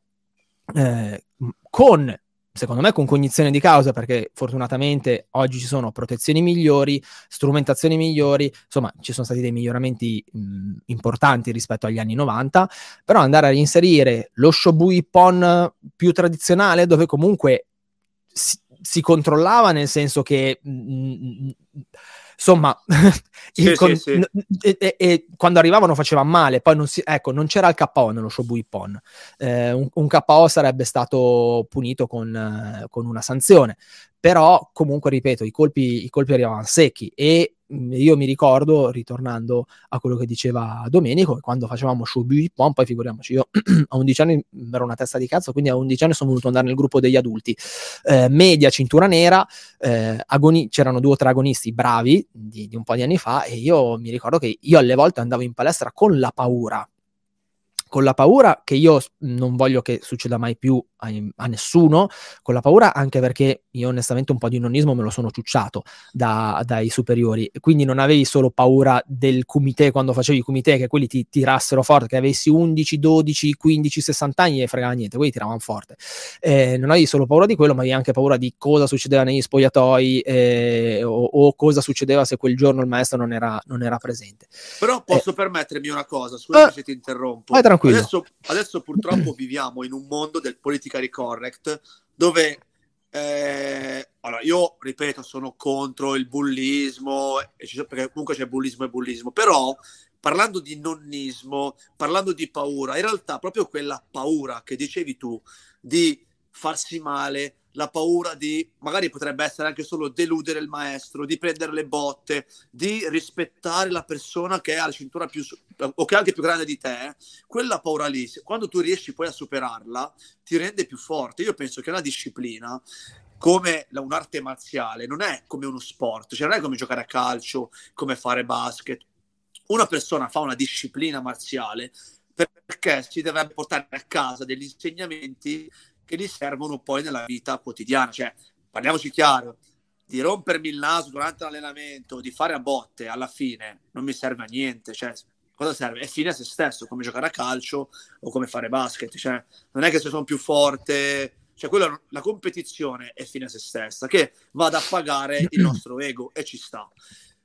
Eh, con, secondo me, con cognizione di causa, perché fortunatamente oggi ci sono protezioni migliori, strumentazioni migliori, insomma ci sono stati dei miglioramenti mh, importanti rispetto agli anni novanta, però andare a reinserire lo Shobu Ippon più tradizionale, dove comunque si, si controllava, nel senso che mh, insomma sì, il con- sì, sì. E, e, e quando arrivavano faceva male, poi non, si, ecco, non c'era il K O nello Shobu Ippon, eh, un, un K O sarebbe stato punito con, eh, con una sanzione, però comunque ripeto i colpi, i colpi arrivavano secchi e io mi ricordo, ritornando a quello che diceva Domenico, quando facevamo Shobu Ippon, poi figuriamoci, io a undici anni ero una testa di cazzo, quindi a undici anni sono voluto andare nel gruppo degli adulti, eh, media cintura nera, eh, agoni- c'erano due o tre agonisti bravi di, di un po' di anni fa e io mi ricordo che io alle volte andavo in palestra con la paura, con la paura che io non voglio che succeda mai più a, a nessuno, con la paura anche perché io onestamente un po' di nonnismo me lo sono ciucciato da, dai superiori, quindi non avevi solo paura del kumite quando facevi i kumite, che quelli ti tirassero forte, che avessi undici, dodici, quindici, sessanta anni e fregava niente, quelli tiravano forte, eh, non avevi solo paura di quello, ma avevi anche paura di cosa succedeva negli spogliatoi eh, o, o cosa succedeva se quel giorno il maestro non era, non era presente. Però posso eh, permettermi una cosa, scusami eh, se ti interrompo. Vai tranquillo. Adesso, adesso purtroppo viviamo in un mondo del politically correct dove eh, allora io ripeto sono contro il bullismo perché comunque c'è bullismo e bullismo, però parlando di nonnismo, parlando di paura, in realtà proprio quella paura che dicevi tu di farsi male, la paura di, magari potrebbe essere anche solo deludere il maestro, di prendere le botte, di rispettare la persona che ha la cintura più o che è anche più grande di te, quella paura lì, quando tu riesci poi a superarla, ti rende più forte. Io penso che la disciplina, come un'arte marziale, non è come uno sport, cioè non è come giocare a calcio, come fare basket. Una persona fa una disciplina marziale perché si deve portare a casa degli insegnamenti che gli servono poi nella vita quotidiana. Cioè, parliamoci chiaro, di rompermi il naso durante l'allenamento, di fare a botte, alla fine non mi serve a niente. Cioè, cosa serve? È fine a se stesso, come giocare a calcio o come fare basket. Cioè, non è che se sono più forte, cioè quello, la competizione è fine a se stessa, che vada a pagare il nostro ego e ci sta.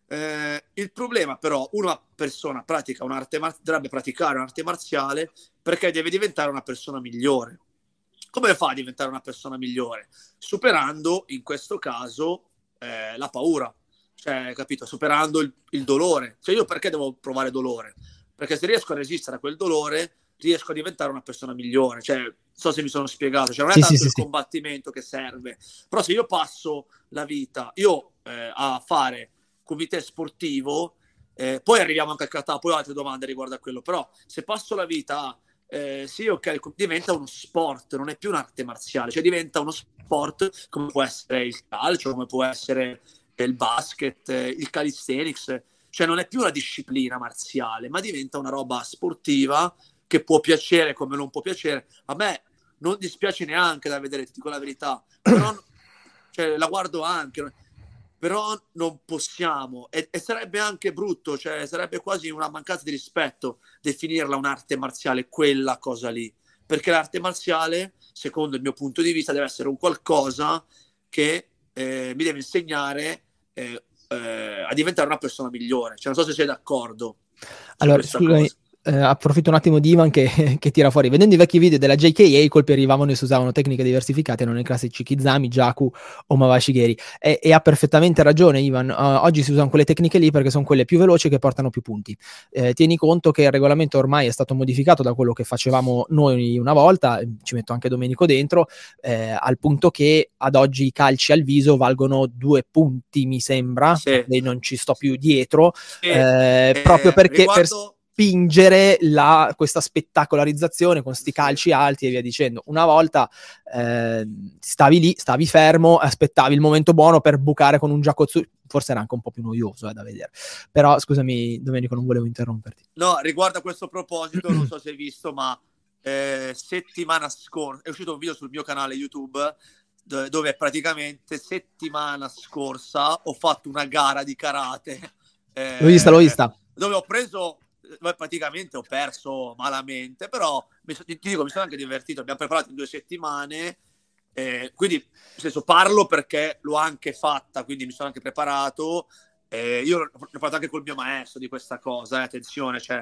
Eh, il problema però, una persona pratica un'arte mar- dovrebbe praticare un'arte marziale perché deve diventare una persona migliore. Come fa a diventare una persona migliore? Superando, in questo caso, eh, la paura. Cioè, capito? Superando il, il dolore. Cioè, io perché devo provare dolore? Perché se riesco a resistere a quel dolore, riesco a diventare una persona migliore. Cioè, non so se mi sono spiegato. Cioè, non è Sì, tanto sì, il sì, combattimento che serve. Però se io passo la vita, io eh, a fare comité sportivo, eh, poi arriviamo anche al kata, poi ho altre domande riguardo a quello, però se passo la vita a eh, sì, ok, diventa uno sport, non è più un'arte marziale, cioè diventa uno sport come può essere il calcio, come può essere il basket, il calisthenics, cioè non è più una disciplina marziale, ma diventa una roba sportiva che può piacere come non può piacere. A me non dispiace neanche da vedere, ti dico la verità, però cioè, la guardo anche, però non possiamo, e, e sarebbe anche brutto, cioè sarebbe quasi una mancanza di rispetto definirla un'arte marziale, quella cosa lì, perché l'arte marziale, secondo il mio punto di vista, deve essere un qualcosa che eh, mi deve insegnare eh, eh, a diventare una persona migliore. Cioè, non so se sei d'accordo su Allora, questa scusami, cosa. eh, approfitto un attimo di Ivan che, che tira fuori. Vedendo i vecchi video della J K A, i colpi arrivavano e si usavano tecniche diversificate, non i classici Kizami, Jaku o Mawashigeri. E, e ha perfettamente ragione Ivan, uh, oggi si usano quelle tecniche lì perché sono quelle più veloci che portano più punti. Eh, tieni conto che il regolamento ormai è stato modificato da quello che facevamo noi una volta, ci metto anche Domenico dentro, eh, al punto che ad oggi i calci al viso valgono due punti, mi sembra, Sì. e non ci sto più dietro, Sì. eh, Eh, proprio perché riguardo... per spingere la, questa spettacolarizzazione con sti calci alti e via dicendo. Una volta eh, stavi lì, stavi fermo, aspettavi il momento buono per bucare con un Jakotsu, forse era anche un po' più noioso eh, da vedere. Però scusami Domenico, non volevo interromperti. No, riguardo a questo proposito, non so se hai visto, ma eh, settimana scorsa è uscito un video sul mio canale YouTube dove, dove praticamente settimana scorsa ho fatto una gara di karate. Eh, L'ho vista, l'ho vista. Dove ho preso, praticamente ho perso malamente, però mi so, ti dico, mi sono anche divertito. Abbiamo preparato in due settimane, eh, quindi nel senso parlo perché l'ho anche fatta, quindi mi sono anche preparato. Eh, io ho parlato anche col mio maestro di questa cosa, eh, attenzione, cioè,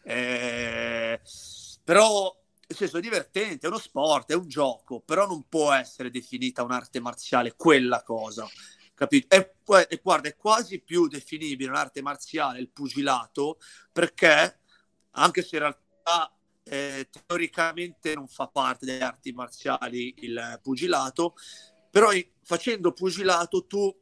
eh, però nel senso è divertente, è uno sport, è un gioco, però non può essere definita un'arte marziale quella cosa, capito? E, e guarda, è quasi più definibile un'arte marziale il pugilato, perché anche se in realtà eh, teoricamente non fa parte delle arti marziali il pugilato, però facendo pugilato tu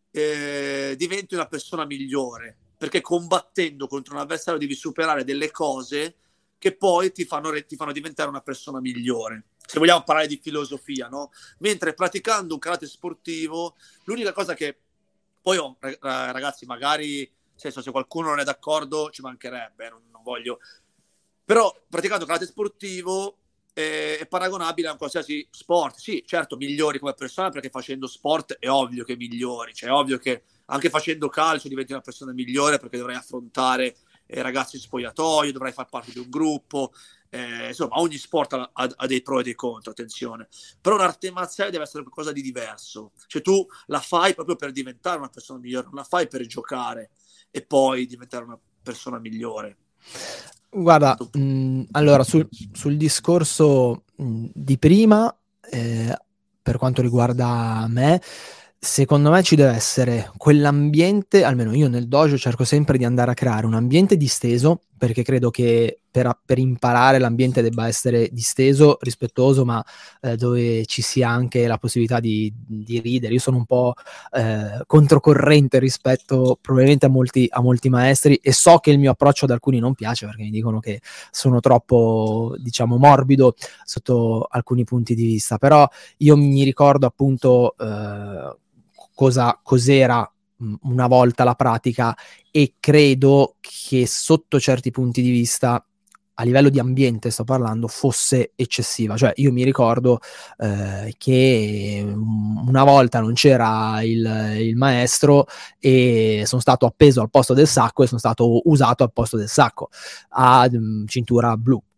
Eh, diventi una persona migliore, perché combattendo contro un avversario devi superare delle cose che poi ti fanno, ti fanno diventare una persona migliore, se vogliamo parlare di filosofia, no? Mentre praticando un karate sportivo, l'unica cosa che poi oh, ragazzi, magari senso, se qualcuno non è d'accordo ci mancherebbe, non, non voglio, però praticando karate sportivo è paragonabile a un qualsiasi sport. Sì, certo, migliori come persona, perché facendo sport è ovvio che migliori, cioè è ovvio che anche facendo calcio diventi una persona migliore, perché dovrai affrontare eh, ragazzi in spogliatoio, dovrai far parte di un gruppo, eh, insomma ogni sport ha, ha, ha dei pro e dei contro, attenzione, però un'arte marziale deve essere qualcosa di diverso, cioè tu la fai proprio per diventare una persona migliore, non la fai per giocare e poi diventare una persona migliore. Guarda, mh, allora sul, sul discorso mh, di prima, eh, per quanto riguarda me, secondo me ci deve essere quell'ambiente, almeno io nel dojo cerco sempre di andare a creare un ambiente disteso, perché credo che per, per imparare l'ambiente debba essere disteso, rispettoso, ma eh, dove ci sia anche la possibilità di, di ridere. Io sono un po' eh, controcorrente rispetto probabilmente a molti, a molti maestri, e so che il mio approccio ad alcuni non piace, perché mi dicono che sono troppo, diciamo, morbido sotto alcuni punti di vista, però io mi ricordo appunto eh, cosa cos'era una volta la pratica, e credo che sotto certi punti di vista, a livello di ambiente sto parlando, fosse eccessiva. Cioè io mi ricordo eh, che una volta non c'era il, il maestro e sono stato appeso al posto del sacco e sono stato usato al posto del sacco a um, cintura blu.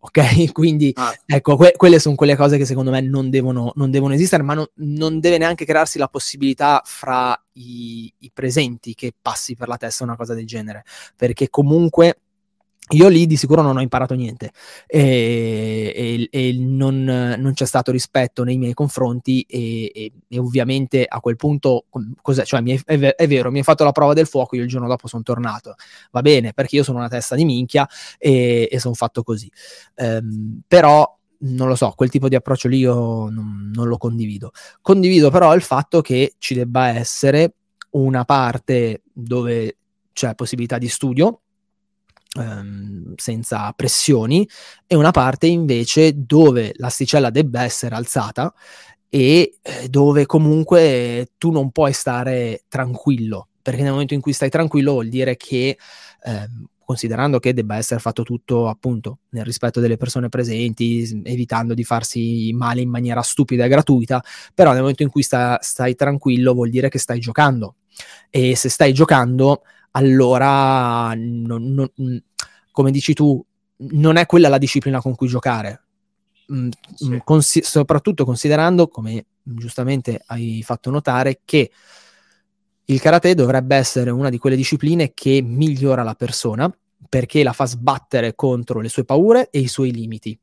ok? Quindi Ah. ecco, que- quelle sono quelle cose che secondo me non devono, non devono esistere, ma non, non deve neanche crearsi la possibilità fra i, i presenti che passi per la testa una cosa del genere, perché comunque io lì di sicuro non ho imparato niente e, e, e non, non c'è stato rispetto nei miei confronti e, e, e ovviamente a quel punto cos'è? Cioè, mi è, è, è vero, mi hai fatto la prova del fuoco, io il giorno dopo sono tornato, va bene, perché io sono una testa di minchia e, e sono fatto così, um, però non lo so, quel tipo di approccio lì io non, non lo condivido. Condivido però il fatto che ci debba essere una parte dove c'è possibilità di studio senza pressioni e una parte invece dove l'asticella debba essere alzata e dove comunque tu non puoi stare tranquillo, perché nel momento in cui stai tranquillo vuol dire che ehm, considerando che debba essere fatto tutto appunto nel rispetto delle persone presenti, evitando di farsi male in maniera stupida e gratuita, però nel momento in cui sta, stai tranquillo vuol dire che stai giocando, e se stai giocando allora non, non, come dici tu, non è quella la disciplina con cui giocare. Mm, sì. consi- soprattutto considerando, come giustamente hai fatto notare, che il karate dovrebbe essere una di quelle discipline che migliora la persona perché la fa sbattere contro le sue paure e i suoi limiti.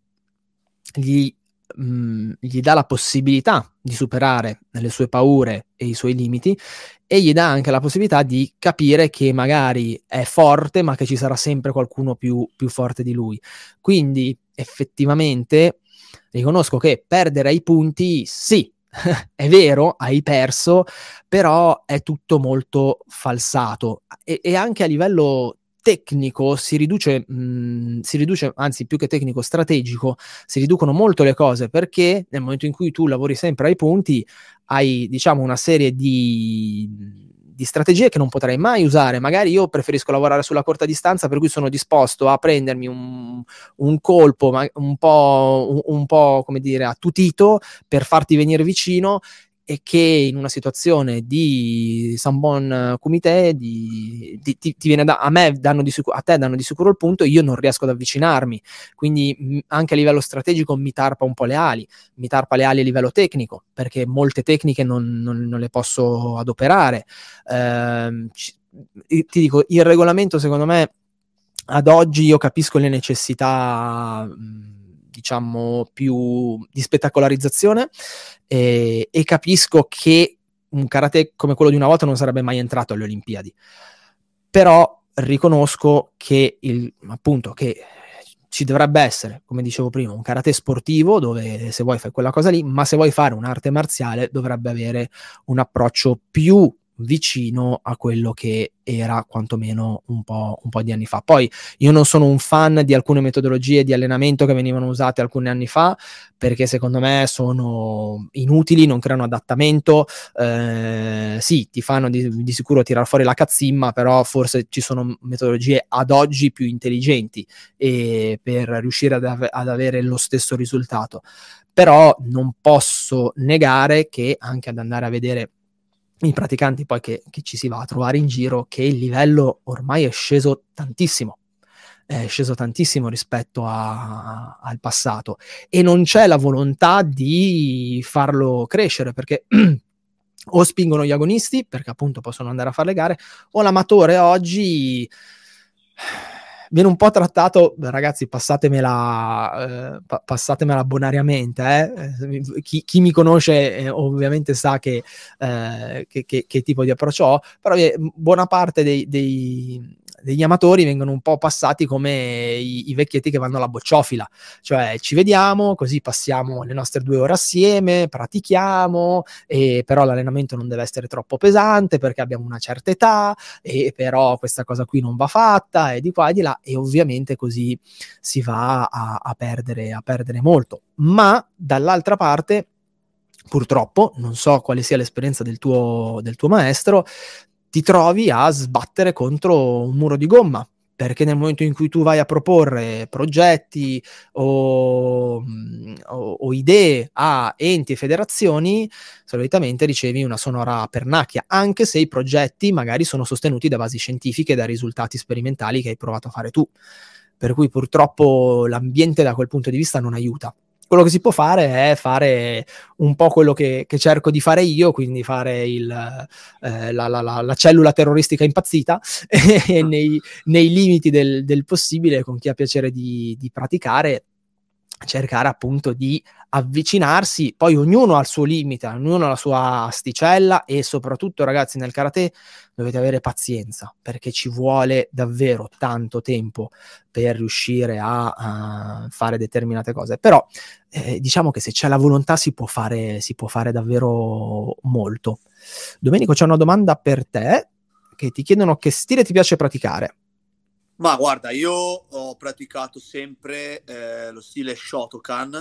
Gli Mh, gli dà la possibilità di superare le sue paure e i suoi limiti e gli dà anche la possibilità di capire che magari è forte ma che ci sarà sempre qualcuno più, più forte di lui. Quindi effettivamente riconosco che perdere ai punti sì, è vero, hai perso, però è tutto molto falsato e, e anche a livello tecnico si riduce, mh, si riduce, anzi più che tecnico, strategico, si riducono molto le cose, perché nel momento in cui tu lavori sempre ai punti hai, diciamo, una serie di, di strategie che non potrai mai usare. Magari io preferisco lavorare sulla corta distanza, per cui sono disposto a prendermi un, un colpo ma un po', un, un po' come dire attutito per farti venire vicino, e che in una situazione di Sanbon Kumite di, di, ti, ti viene da, a me danno di sicuro, a te danno di sicuro il punto, io non riesco ad avvicinarmi, quindi mh, anche a livello strategico mi tarpa un po' le ali, mi tarpa le ali a livello tecnico, perché molte tecniche non, non, non le posso adoperare. Eh, ci, ti dico, il regolamento secondo me ad oggi io capisco le necessità mh, diciamo più di spettacolarizzazione e, e capisco che un karate come quello di una volta non sarebbe mai entrato alle Olimpiadi, però riconosco che il, appunto che ci dovrebbe essere, come dicevo prima, un karate sportivo dove se vuoi fai quella cosa lì, ma se vuoi fare un'arte marziale dovrebbe avere un approccio più vicino a quello che era quantomeno un po', un po' di anni fa. Poi io non sono un fan di alcune metodologie di allenamento che venivano usate alcuni anni fa, perché secondo me sono inutili, non creano adattamento, eh, sì, ti fanno di, di sicuro tirar fuori la cazzimma, però forse ci sono metodologie ad oggi più intelligenti e per riuscire ad, ave- ad avere lo stesso risultato. Però non posso negare che anche ad andare a vedere i praticanti poi che, che ci si va a trovare in giro, che il livello ormai è sceso tantissimo, è sceso tantissimo rispetto a, a, al passato, e non c'è la volontà di farlo crescere, perché o spingono gli agonisti, perché appunto possono andare a fare le gare, o l'amatore oggi viene un po' trattato, ragazzi, passatemela, eh, pa- passatemela bonariamente, eh? chi, chi mi conosce eh, ovviamente sa che, eh, che, che, che tipo di approccio ho, però eh, buona parte dei, dei, degli amatori vengono un po' passati come i, i vecchietti che vanno alla bocciofila, cioè ci vediamo, così passiamo le nostre due ore assieme, pratichiamo, e però l'allenamento non deve essere troppo pesante perché abbiamo una certa età, e però questa cosa qui non va fatta, e di qua e di là, e ovviamente così si va a, a perdere a perdere molto. Ma dall'altra parte, purtroppo, non so quale sia l'esperienza del tuo, del tuo maestro, ti trovi a sbattere contro un muro di gomma, perché nel momento in cui tu vai a proporre progetti o, o, o idee a enti e federazioni, solitamente ricevi una sonora pernacchia, anche se i progetti magari sono sostenuti da basi scientifiche e da risultati sperimentali che hai provato a fare tu. per cui purtroppo l'ambiente da quel punto di vista non aiuta. Quello che si può fare è fare un po' quello che, che cerco di fare io, quindi fare il, eh, la, la, la, la cellula terroristica impazzita e nei, nei limiti del, del possibile, con chi ha piacere di, di praticare, cercare appunto di avvicinarsi. Poi ognuno ha il suo limite, ognuno ha la sua asticella, e soprattutto, ragazzi, nel karate dovete avere pazienza, perché ci vuole davvero tanto tempo per riuscire a, a fare determinate cose. Però eh, diciamo che se c'è la volontà si può fare, si può fare davvero molto. Domenico, c'è una domanda per te, che ti chiedono che stile ti piace praticare. Ma guarda, io ho praticato sempre eh, lo stile Shotokan,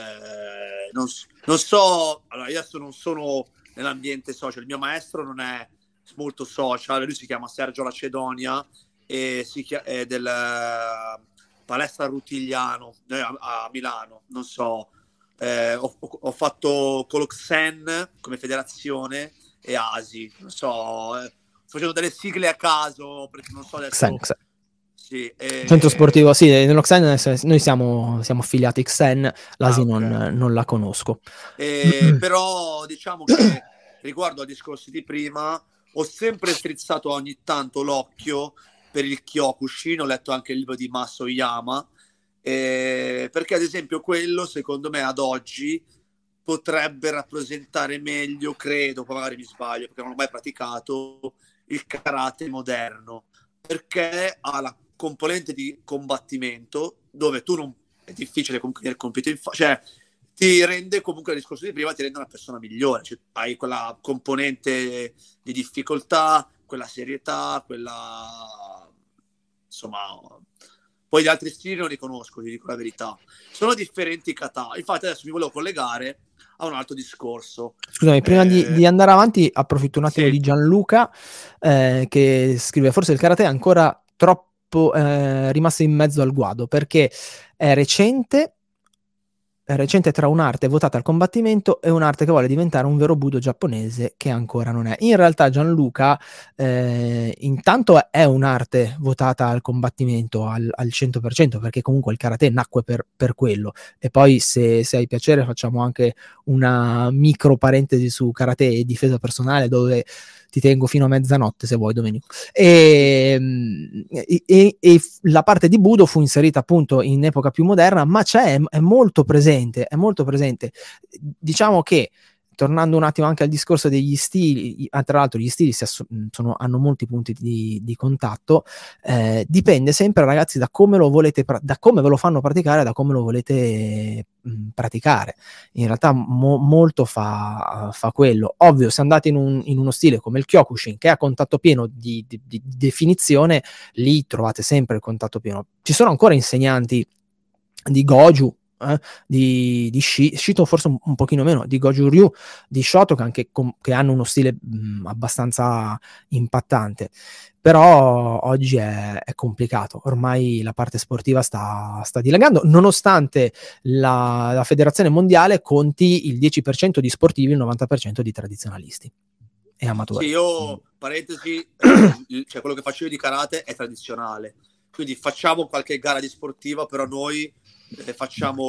eh, non, non so, allora io adesso non sono nell'ambiente social, il mio maestro non è molto social, lui si chiama Sergio Lacedonia e si chia- è del uh, Palestra Rutigliano a, a Milano, non so, eh, ho, ho fatto Coloxen come federazione e A S I, non so, eh, sto facendo delle sigle a caso, perché non so adesso... Xen, Xen. Sì, eh... Centro sportivo, sì, nello Xen noi siamo, siamo affiliati Xen, l'A S I ah, okay. non, non la conosco. Eh, però diciamo che riguardo al discorso di prima, ho sempre strizzato ogni tanto l'occhio per il Kyokushin, ho letto anche il libro di Mas Oyama, eh, perché ad esempio quello secondo me ad oggi potrebbe rappresentare meglio, credo, poi magari mi sbaglio perché non l'ho mai praticato, il karate moderno, perché ha la componente di combattimento dove tu non è difficile comunque il compito in fa- cioè ti rende comunque il discorso di prima ti rende una persona migliore, cioè, hai quella componente di difficoltà, quella serietà, quella insomma. Poi gli altri stili non li conosco, vi dico la verità, sono differenti kata. Infatti adesso mi volevo collegare a un altro discorso. Scusami, prima eh... di, di andare avanti approfitto un attimo sì. di Gianluca eh, che scrive: forse il karate è ancora troppo Eh, rimasto in mezzo al guado, perché è recente è recente tra un'arte votata al combattimento e un'arte che vuole diventare un vero budo giapponese, che ancora non è. In realtà Gianluca eh, intanto è un'arte votata al combattimento al, al cento per cento, perché comunque il karate nacque per, per quello. E poi se, se hai piacere facciamo anche una micro parentesi su karate e difesa personale, dove ti tengo fino a mezzanotte se vuoi, Domenico. E, e, e la parte di budo fu inserita appunto in epoca più moderna, ma c'è, è molto presente, è molto presente. Diciamo che, tornando un attimo anche al discorso degli stili, tra l'altro gli stili si ass- sono, hanno molti punti di, di contatto, eh, dipende sempre, ragazzi, da come lo volete, pra- da come ve lo fanno praticare, da come lo volete mh, praticare. In realtà mo- molto fa, fa quello. Ovvio, se andate in, un, in uno stile come il Kyokushin, che è a contatto pieno di, di, di definizione, lì trovate sempre il contatto pieno. Ci sono ancora insegnanti di Goju, Eh, di, di Shi, Shito forse un, un pochino meno, di Goju Ryu, di Shotokan, che, com, che hanno uno stile mh, abbastanza impattante, però oggi è, è complicato, ormai la parte sportiva sta, sta dilagando, nonostante la, la federazione mondiale conti il dieci per cento di sportivi e il novanta per cento di tradizionalisti e amatori. Sì, io, parentesi, eh, cioè quello che faccio io di karate è tradizionale, quindi facciamo qualche gara di sportiva, però noi Eh, facciamo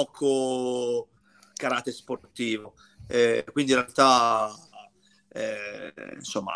poco karate sportivo, eh, quindi in realtà eh, insomma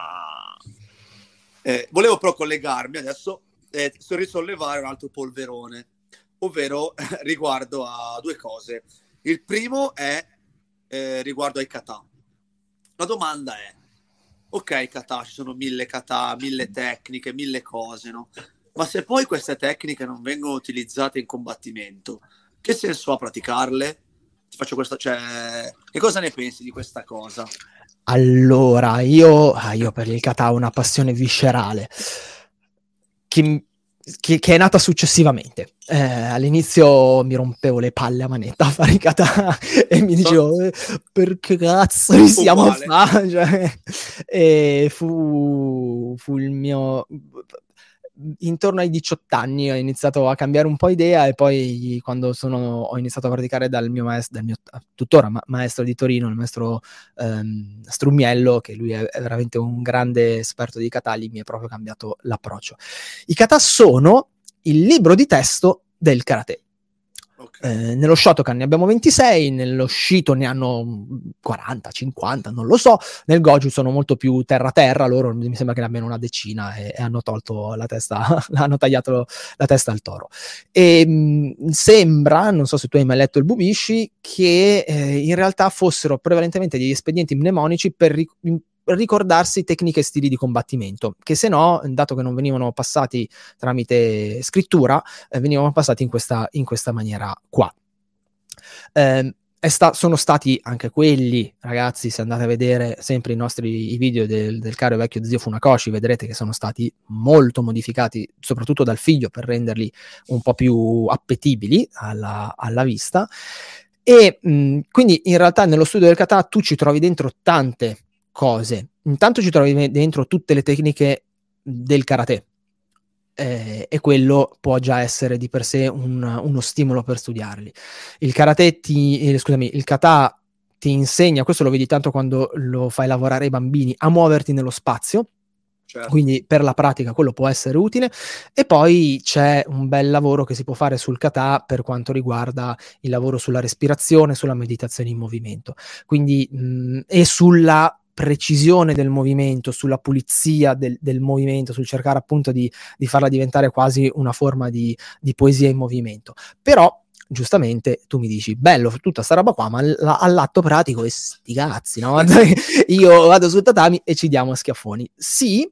eh, volevo però collegarmi adesso e eh, risollevare un altro polverone, ovvero eh, riguardo a due cose. Il primo è eh, riguardo ai kata. La domanda è: ok, kata, ci sono mille kata, mille tecniche, mille cose, no? Ma se poi queste tecniche non vengono utilizzate in combattimento, che senso ha praticarle? Ti faccio questa, cioè, che cosa ne pensi di questa cosa? Allora, io, ah, io per il kata ho una passione viscerale che, che, che è nata successivamente. Eh, all'inizio mi rompevo le palle a manetta a fare i kata e mi dicevo eh, perché cazzo li siamo a fare? Cioè, e fu, fu il mio... intorno ai diciotto anni ho iniziato a cambiare un po' idea, e poi quando sono, ho iniziato a praticare dal mio maestro, dal mio tuttora ma- maestro di Torino, il maestro ehm, Strumiello, che lui è, è veramente un grande esperto di kata, lì mi è proprio cambiato l'approccio. I kata sono il libro di testo del karate. Okay. Eh, nello Shotokan ne abbiamo ventisei, nello Shito ne hanno quaranta, cinquanta, non lo so. Nel Goju sono molto più terra-terra, loro mi sembra che ne abbiano una decina e, e hanno tolto la testa, hanno tagliato la testa al toro. E mh, sembra, non so se tu hai mai letto il Bubishi, che eh, in realtà fossero prevalentemente degli espedienti mnemonici per ric- ricordarsi tecniche e stili di combattimento, che se no, dato che non venivano passati tramite scrittura, eh, venivano passati in questa, in questa maniera qua. Eh, è sta- sono stati anche quelli, ragazzi, se andate a vedere sempre i nostri i video del, del caro vecchio zio Funakoshi, vedrete che sono stati molto modificati, soprattutto dal figlio, per renderli un po' più appetibili alla, alla vista. E mh, quindi in realtà nello studio del kata tu ci trovi dentro tante cose. Intanto ci trovi dentro tutte le tecniche del karate, eh, e quello può già essere di per sé un, uno stimolo per studiarli. Il karate ti, eh, scusami, il kata ti insegna, questo lo vedi tanto quando lo fai lavorare ai bambini, a muoverti nello spazio. Certo. Quindi per la pratica quello può essere utile. E poi c'è un bel lavoro che si può fare sul kata per quanto riguarda il lavoro sulla respirazione, sulla meditazione in movimento, quindi mh, e sulla precisione del movimento, sulla pulizia del, del movimento, sul cercare appunto di, di farla diventare quasi una forma di, di poesia in movimento. Però giustamente tu mi dici, bello tutta sta roba qua, ma l- all'atto pratico e sti cazzi, no? Io vado sul tatami e ci diamo schiaffoni. Sì,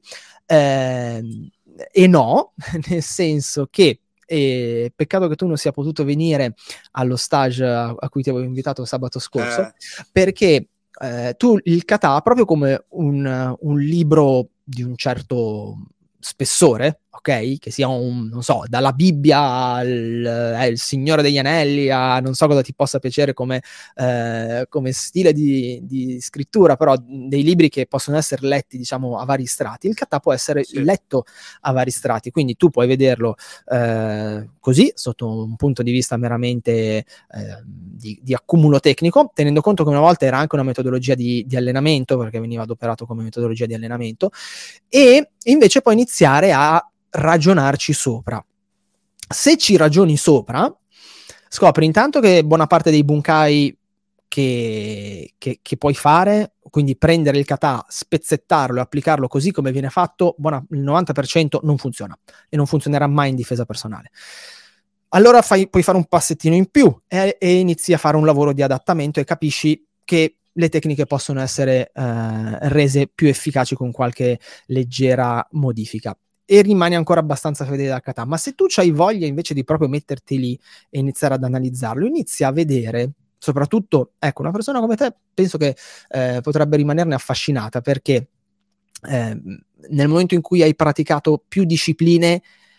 ehm, e no, nel senso che e peccato che tu non sia potuto venire allo stage a, a cui ti avevo invitato sabato scorso, eh. perché eh, tu il kata, proprio come un, un libro di un certo spessore, ok? Che sia un, non so, dalla Bibbia al eh, il Signore degli Anelli, a non so cosa ti possa piacere come, eh, come stile di, di scrittura, però dei libri che possono essere letti, diciamo, a vari strati. Il kata può essere sì. letto a vari strati, quindi tu puoi vederlo eh, così, sotto un punto di vista meramente eh, di, di accumulo tecnico, tenendo conto che una volta era anche una metodologia di, di allenamento, perché veniva adoperato come metodologia di allenamento, e invece poi iniziare a ragionarci sopra. Se ci ragioni sopra, scopri intanto che buona parte dei bunkai che, che, che puoi fare, quindi prendere il kata, spezzettarlo e applicarlo così come viene fatto, buona, il novanta per cento non funziona e non funzionerà mai in difesa personale. Allora fai, puoi fare un passettino in più e, e inizi a fare un lavoro di adattamento e capisci che le tecniche possono essere eh, rese più efficaci con qualche leggera modifica e rimani ancora abbastanza fedele al kata. Ma se tu c'hai voglia invece di proprio metterti lì e iniziare ad analizzarlo, inizi a vedere, soprattutto, ecco, una persona come te penso che eh, potrebbe rimanerne affascinata, perché eh, nel momento in cui hai praticato più discipline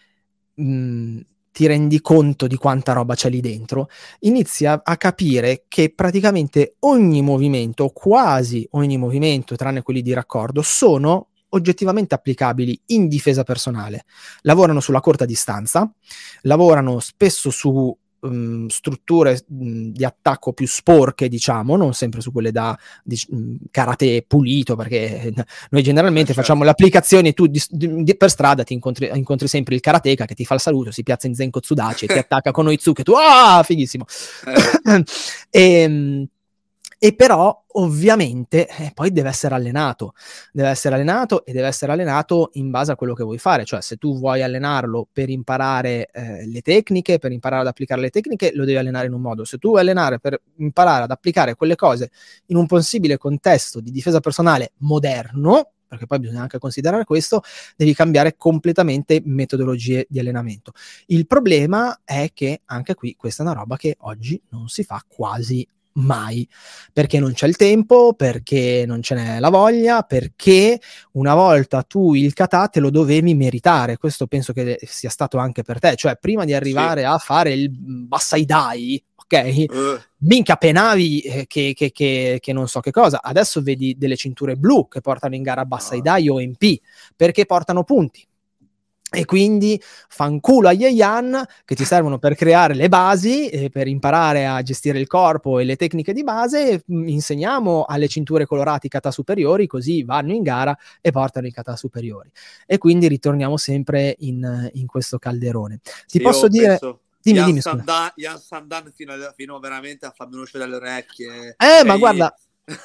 mh, ti rendi conto di quanta roba c'è lì dentro, inizi a, a capire che praticamente ogni movimento, quasi ogni movimento, tranne quelli di raccordo, sono oggettivamente applicabili in difesa personale. Lavorano sulla corta distanza, lavorano spesso su um, strutture um, di attacco più sporche, diciamo, non sempre su quelle da di, um, karate pulito, perché noi generalmente eh, certo. facciamo le applicazioni, tu di, di, per strada ti incontri, incontri sempre il karateka che ti fa il saluto, si piazza in Zenko Tsudachi e ti attacca con Oizuke, tu ah, fighissimo. Eh. e E però ovviamente eh, poi deve essere allenato, deve essere allenato e deve essere allenato in base a quello che vuoi fare, cioè se tu vuoi allenarlo per imparare eh, le tecniche, per imparare ad applicare le tecniche, lo devi allenare in un modo. Se tu vuoi allenare per imparare ad applicare quelle cose in un possibile contesto di difesa personale moderno, perché poi bisogna anche considerare questo, devi cambiare completamente metodologie di allenamento. Il problema è che anche qui questa è una roba che oggi non si fa quasi mai, perché non c'è il tempo, perché non ce n'è la voglia, perché una volta tu il kata te lo dovevi meritare. Questo penso che sia stato anche per te, cioè prima di arrivare sì. a fare il Bassai Dai, ok? Uh. Minchia, penavi eh, che, che, che, che non so che cosa. Adesso vedi delle cinture blu che portano in gara Bassai Dai o M P, perché portano punti. E quindi fanculo agli Heian che ti servono per creare le basi e per imparare a gestire il corpo e le tecniche di base. Insegniamo alle cinture colorate i kata superiori, così vanno in gara e portano i kata superiori. E quindi ritorniamo sempre in, in questo calderone. Ti Sì, posso dire... Penso... Dimmi, Yan dimmi, Sandan, Yan Sandan fino, a, fino veramente a farmi uscire dalle orecchie. Eh, e ma i... guarda...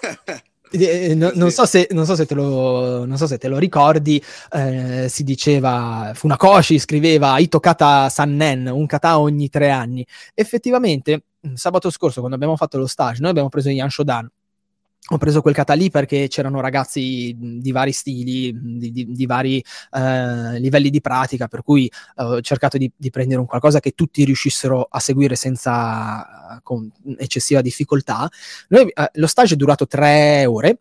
Eh, no, non, so se, non so se te lo, non so se te lo ricordi, eh, si diceva, Funakoshi scriveva Ito kata sannen, un kata ogni tre anni. Effettivamente, sabato scorso, quando abbiamo fatto lo stage, noi abbiamo preso Yan Shodan. Ho preso quel kata lì perché c'erano ragazzi di vari stili, di, di, di vari eh, livelli di pratica, per cui eh, ho cercato di, di prendere un qualcosa che tutti riuscissero a seguire senza con eccessiva difficoltà. Noi, eh, lo stage è durato tre ore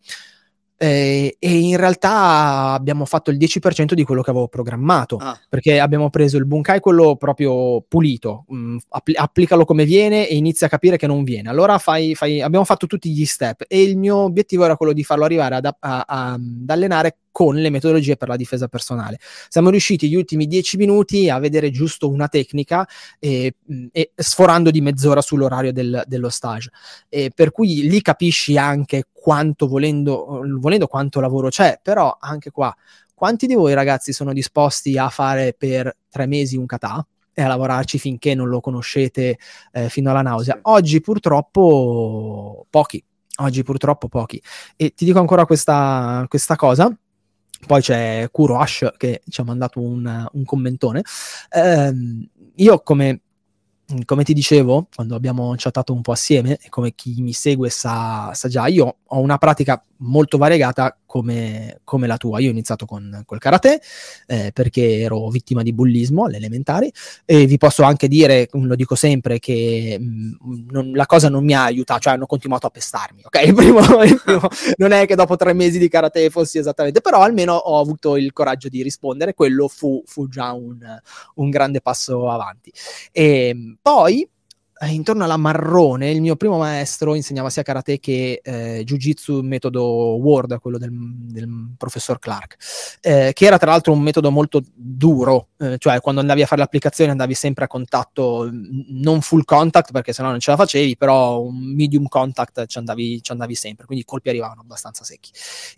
eh, e in realtà abbiamo fatto il dieci per cento di quello che avevo programmato, ah. perché abbiamo preso il bunkai, quello proprio pulito, mh, appl- applicalo come viene e inizia a capire che non viene. Allora fai, fai, abbiamo fatto tutti gli step e il mio obiettivo era quello di farlo arrivare ad, a, a, ad allenare con le metodologie per la difesa personale. Siamo riusciti gli ultimi dieci minuti a vedere giusto una tecnica e, e sforando di mezz'ora sull'orario del, dello stage, e per cui lì capisci anche quanto volendo, volendo quanto lavoro c'è. Però anche qua, quanti di voi ragazzi sono disposti a fare per tre mesi un kata e a lavorarci finché non lo conoscete eh, fino alla nausea? Sì. Oggi purtroppo pochi, oggi purtroppo pochi. E ti dico ancora questa, questa cosa. Poi c'è Kuro Ash che ci ha mandato un, un commentone. Eh, io come, come ti dicevo, quando abbiamo chattato un po' assieme, e come chi mi segue sa, sa già, io ho una pratica molto variegata come, come la tua. Io ho iniziato con col karate eh, perché ero vittima di bullismo alle elementari, e vi posso anche dire, lo dico sempre, che mh, non, la cosa non mi ha aiutato, cioè hanno continuato a pestarmi, ok? Il primo, il primo, non è che dopo tre mesi di karate fossi esattamente, però almeno ho avuto il coraggio di rispondere. Quello fu, fu già un, un grande passo avanti. E poi intorno alla marrone, il mio primo maestro insegnava sia karate che eh, jiu-jitsu metodo Ward, quello del, del professor Clark, eh, che era tra l'altro un metodo molto duro, eh, cioè quando andavi a fare l'applicazione andavi sempre a contatto, non full contact perché sennò non ce la facevi, però un medium contact ci andavi, ci andavi sempre, quindi i colpi arrivavano abbastanza secchi.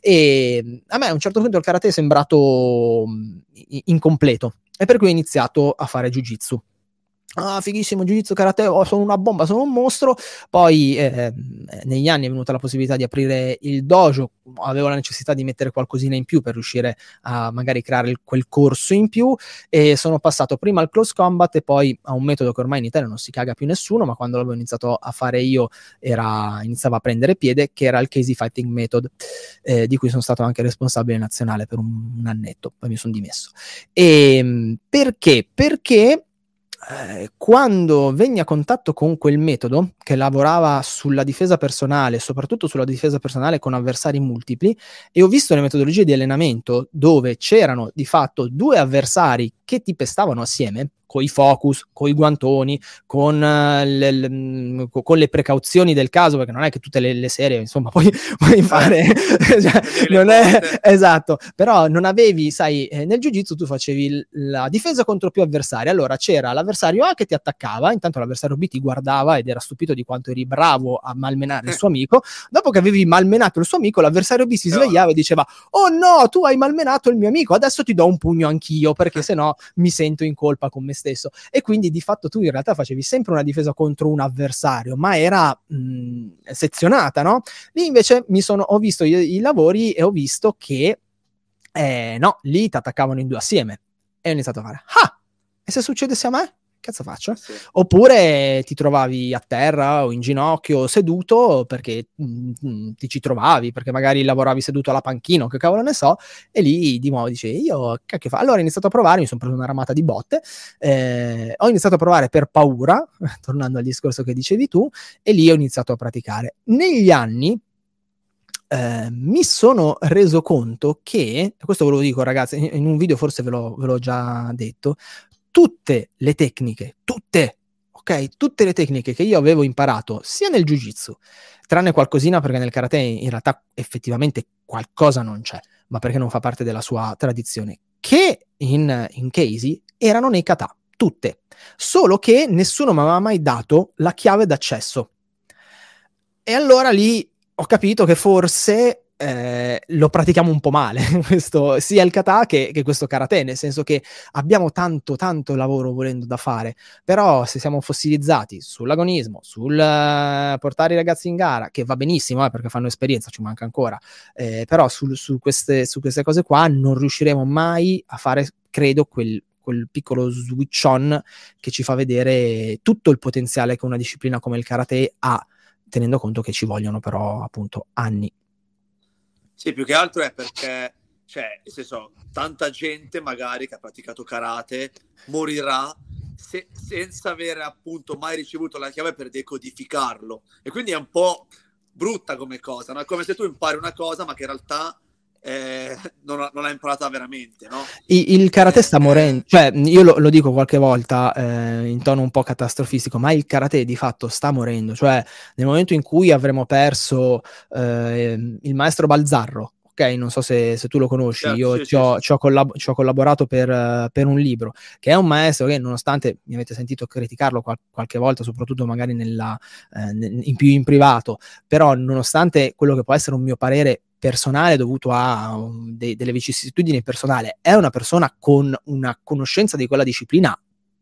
E a me a un certo punto il karate è sembrato incompleto, e per cui ho iniziato a fare jiu-jitsu. Ah, fighissimo, jiu-jitsu, karate, oh, sono una bomba, sono un mostro. Poi eh, negli anni è venuta la possibilità di aprire il dojo, avevo la necessità di mettere qualcosina in più per riuscire a magari creare il, quel corso in più, e sono passato prima al close combat e poi a un metodo che ormai in Italia non si caga più nessuno, ma quando l'avevo iniziato a fare io era, iniziava a prendere piede, che era il Casey Fighting Method, eh, di cui sono stato anche responsabile nazionale per un, un annetto, poi mi sono dimesso. E perché? Perché Eh, quando venni a contatto con quel metodo che lavorava sulla difesa personale, soprattutto sulla difesa personale con avversari multipli, e ho visto le metodologie di allenamento dove c'erano di fatto due avversari che ti pestavano assieme, con i focus, con i guantoni, con, uh, le, le, con le precauzioni del caso, perché non è che tutte le, le serie, insomma, puoi, puoi fare, cioè, non è, esatto, però non avevi, sai, eh, nel jiu-jitsu tu facevi la difesa contro più avversari, allora c'era l'avversario A che ti attaccava, intanto l'avversario B ti guardava ed era stupito di quanto eri bravo a malmenare il suo amico. Dopo che avevi malmenato il suo amico, l'avversario B si svegliava e diceva: oh no, tu hai malmenato il mio amico, adesso ti do un pugno anch'io, perché sennò mi sento in colpa con me stesso. E quindi di fatto tu in realtà facevi sempre una difesa contro un avversario, ma era mh, sezionata, no? Lì invece mi sono, ho visto i, i lavori e ho visto che eh, no, lì ti attaccavano in due assieme, e ho iniziato a fare: ah, e se succedesse a me? Cazzo faccio? Sì. Oppure ti trovavi a terra o in ginocchio seduto perché mh, ti ci trovavi, perché magari lavoravi seduto alla panchina, che cavolo ne so, e lì di nuovo dicevi: io cacchio fa? Allora ho iniziato a provare, mi sono preso una ramata di botte, eh, ho iniziato a provare per paura, tornando al discorso che dicevi tu, e lì ho iniziato a praticare. Negli anni eh, mi sono reso conto che, questo ve lo dico ragazzi, in un video forse ve l'ho, ve l'ho già detto, tutte le tecniche, tutte, ok? Tutte le tecniche che io avevo imparato, sia nel jiu-jitsu, tranne qualcosina perché nel karate in realtà effettivamente qualcosa non c'è, ma perché non fa parte della sua tradizione, che in, in Casey erano nei kata, tutte, solo che nessuno mi aveva mai dato la chiave d'accesso. E allora lì ho capito che forse eh, lo pratichiamo un po' male, questo, sia il kata che, che questo karate, nel senso che abbiamo tanto tanto lavoro volendo da fare, però se siamo fossilizzati sull'agonismo, sul uh, portare i ragazzi in gara, che va benissimo eh, perché fanno esperienza, ci manca ancora, eh, però su, su, queste, su queste cose qua non riusciremo mai a fare, credo, quel quel piccolo switch on che ci fa vedere tutto il potenziale che una disciplina come il karate ha, tenendo conto che ci vogliono però appunto anni. Sì, più che altro è perché, cioè, nel senso, tanta gente magari che ha praticato karate morirà se, senza avere appunto mai ricevuto la chiave per decodificarlo. E quindi è un po' brutta come cosa, no? È come se tu impari una cosa ma che in realtà eh, non, non l'hai imparata veramente, no? Il, il karate eh, sta morendo, cioè io lo, lo dico qualche volta eh, in tono un po' catastrofistico, ma il karate di fatto sta morendo, cioè nel momento in cui avremo perso eh, il maestro Balzarro, ok, non so se, se tu lo conosci, certo, io sì, ci ho, sì, ci ho, collab- ci ho collaborato per, uh, per un libro, che è un maestro che nonostante mi avete sentito criticarlo qual- qualche volta, soprattutto magari nella, eh, in più in privato, però nonostante quello che può essere un mio parere personale dovuto a um, de- delle vicissitudini personali, è una persona con una conoscenza di quella disciplina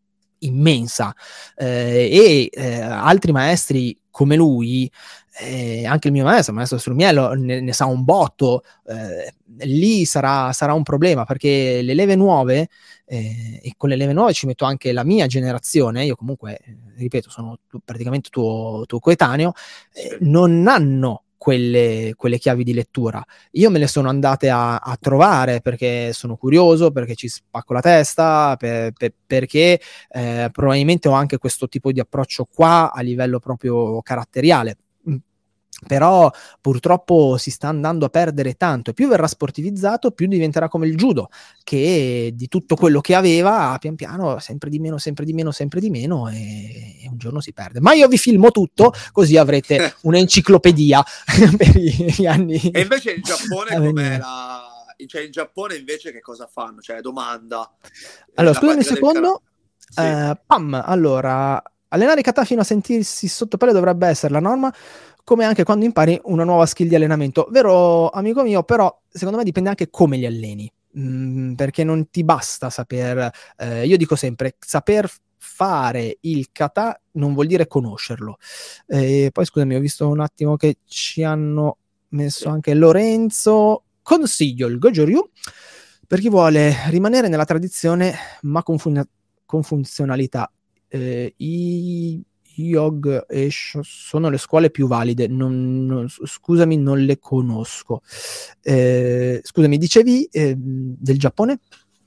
immensa eh, e eh, altri maestri come lui, eh, anche il mio maestro, il maestro Strumiello, ne, ne sa un botto, eh, lì sarà, sarà un problema perché le leve nuove, eh, e con le leve nuove ci metto anche la mia generazione, io comunque, eh, ripeto, sono tu, praticamente tuo, tuo coetaneo, eh, sì. non hanno Quelle, quelle chiavi di lettura. Io me le sono andate a, a trovare perché sono curioso, perché ci spacco la testa, per, per, perché eh, probabilmente ho anche questo tipo di approccio qua a livello proprio caratteriale. Però purtroppo si sta andando a perdere tanto e più verrà sportivizzato più diventerà come il judo, che di tutto quello che aveva pian piano sempre di meno, sempre di meno, sempre di meno e, e un giorno si perde. Ma io vi filmo tutto così avrete un'enciclopedia per gli anni. E invece in Giappone com'è la... Cioè in Giappone invece che cosa fanno? Cioè domanda. Allora, La scusami un pratica del secondo. Sì. Uh, pam, allora, allenare kata fino a sentirsi sotto pelle dovrebbe essere la norma, come anche quando impari una nuova skill di allenamento. Vero, amico mio, però secondo me dipende anche come li alleni, mm, perché non ti basta saper, eh, io dico sempre, saper fare il kata non vuol dire conoscerlo. Eh, poi scusami, ho visto un attimo che ci hanno messo Sì. anche Lorenzo. Consiglio il Goju Ryu per chi vuole rimanere nella tradizione ma con, fun- con funzionalità. Eh, i Yog e Sho sono le scuole più valide. Non, non, scusami, non le conosco. Eh, scusami, dicevi eh, del Giappone?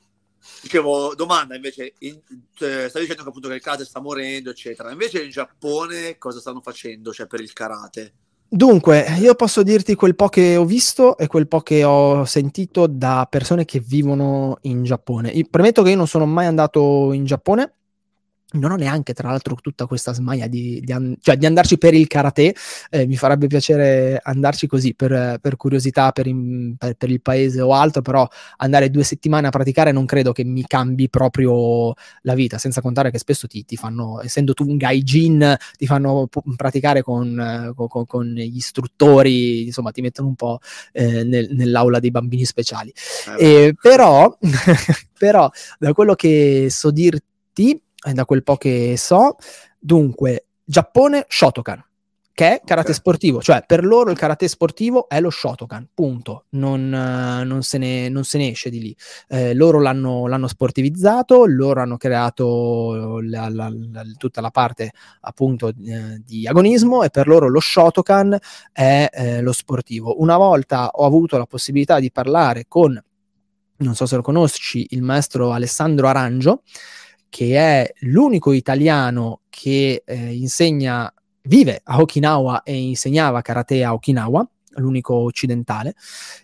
Dicevo, domanda invece, in, cioè, stai dicendo che appunto che il karate sta morendo, eccetera. Invece in Giappone cosa stanno facendo, cioè per il karate? Dunque, io posso dirti quel po' che ho visto e quel po' che ho sentito da persone che vivono in Giappone. Io premetto che io non sono mai andato in Giappone, non ho neanche tra l'altro tutta questa smania di, di, an- cioè, di andarci per il karate, eh, mi farebbe piacere andarci così per, per curiosità, per, in, per, per il paese o altro, però andare due settimane a praticare non credo che mi cambi proprio la vita, senza contare che spesso ti, ti fanno, essendo tu un gaijin, ti fanno p- praticare con, con, con gli istruttori, insomma ti mettono un po' eh, nel, nell'aula dei bambini speciali. Eh, Eh, però, però da quello che so dirti, da quel po' che so, dunque, Giappone, Shotokan, che è karate okay. sportivo, cioè per loro il karate sportivo è lo Shotokan, punto, non, eh, non, se, ne, non se ne esce di lì. Eh, loro l'hanno, l'hanno sportivizzato, loro hanno creato la, la, la, tutta la parte appunto eh, di agonismo e per loro lo Shotokan è eh, lo sportivo. Una volta ho avuto la possibilità di parlare con, non so se lo conosci, il maestro Alessandro Arangio, che è l'unico italiano che eh, insegna, vive a Okinawa e insegnava karate a Okinawa, l'unico occidentale,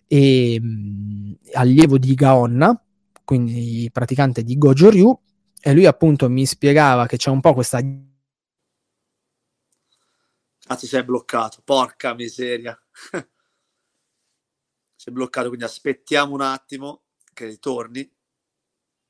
e mh, allievo di Gaonna, quindi praticante di Goju Ryu, e lui appunto mi spiegava che c'è un po' questa... Cazzo, si è bloccato, porca miseria. Si è bloccato, quindi aspettiamo un attimo che ritorni.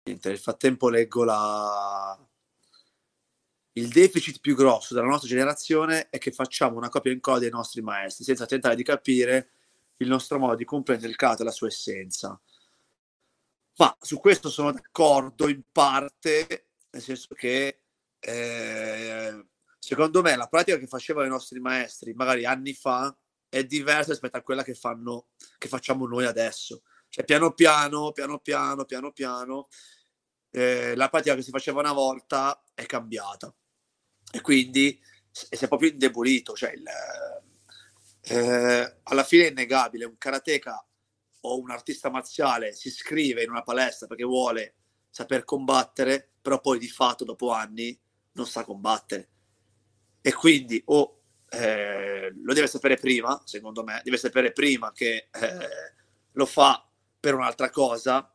Niente, nel frattempo leggo la... Il deficit più grosso della nostra generazione è che facciamo una copia e incolla dei nostri maestri, senza tentare di capire il nostro modo di comprendere il canto e la sua essenza. Ma su questo sono d'accordo in parte, nel senso che eh, secondo me la pratica che facevano i nostri maestri magari anni fa è diversa rispetto a quella che fanno, che facciamo noi adesso. Cioè piano piano, piano piano, piano piano, eh, la pratica che si faceva una volta è cambiata. E quindi si è proprio indebolito. Cioè il, eh, alla fine è innegabile, un karateka o un artista marziale si iscrive in una palestra perché vuole saper combattere, però poi di fatto dopo anni non sa combattere. E quindi o eh, lo deve sapere prima, secondo me, deve sapere prima che eh, lo fa per un'altra cosa,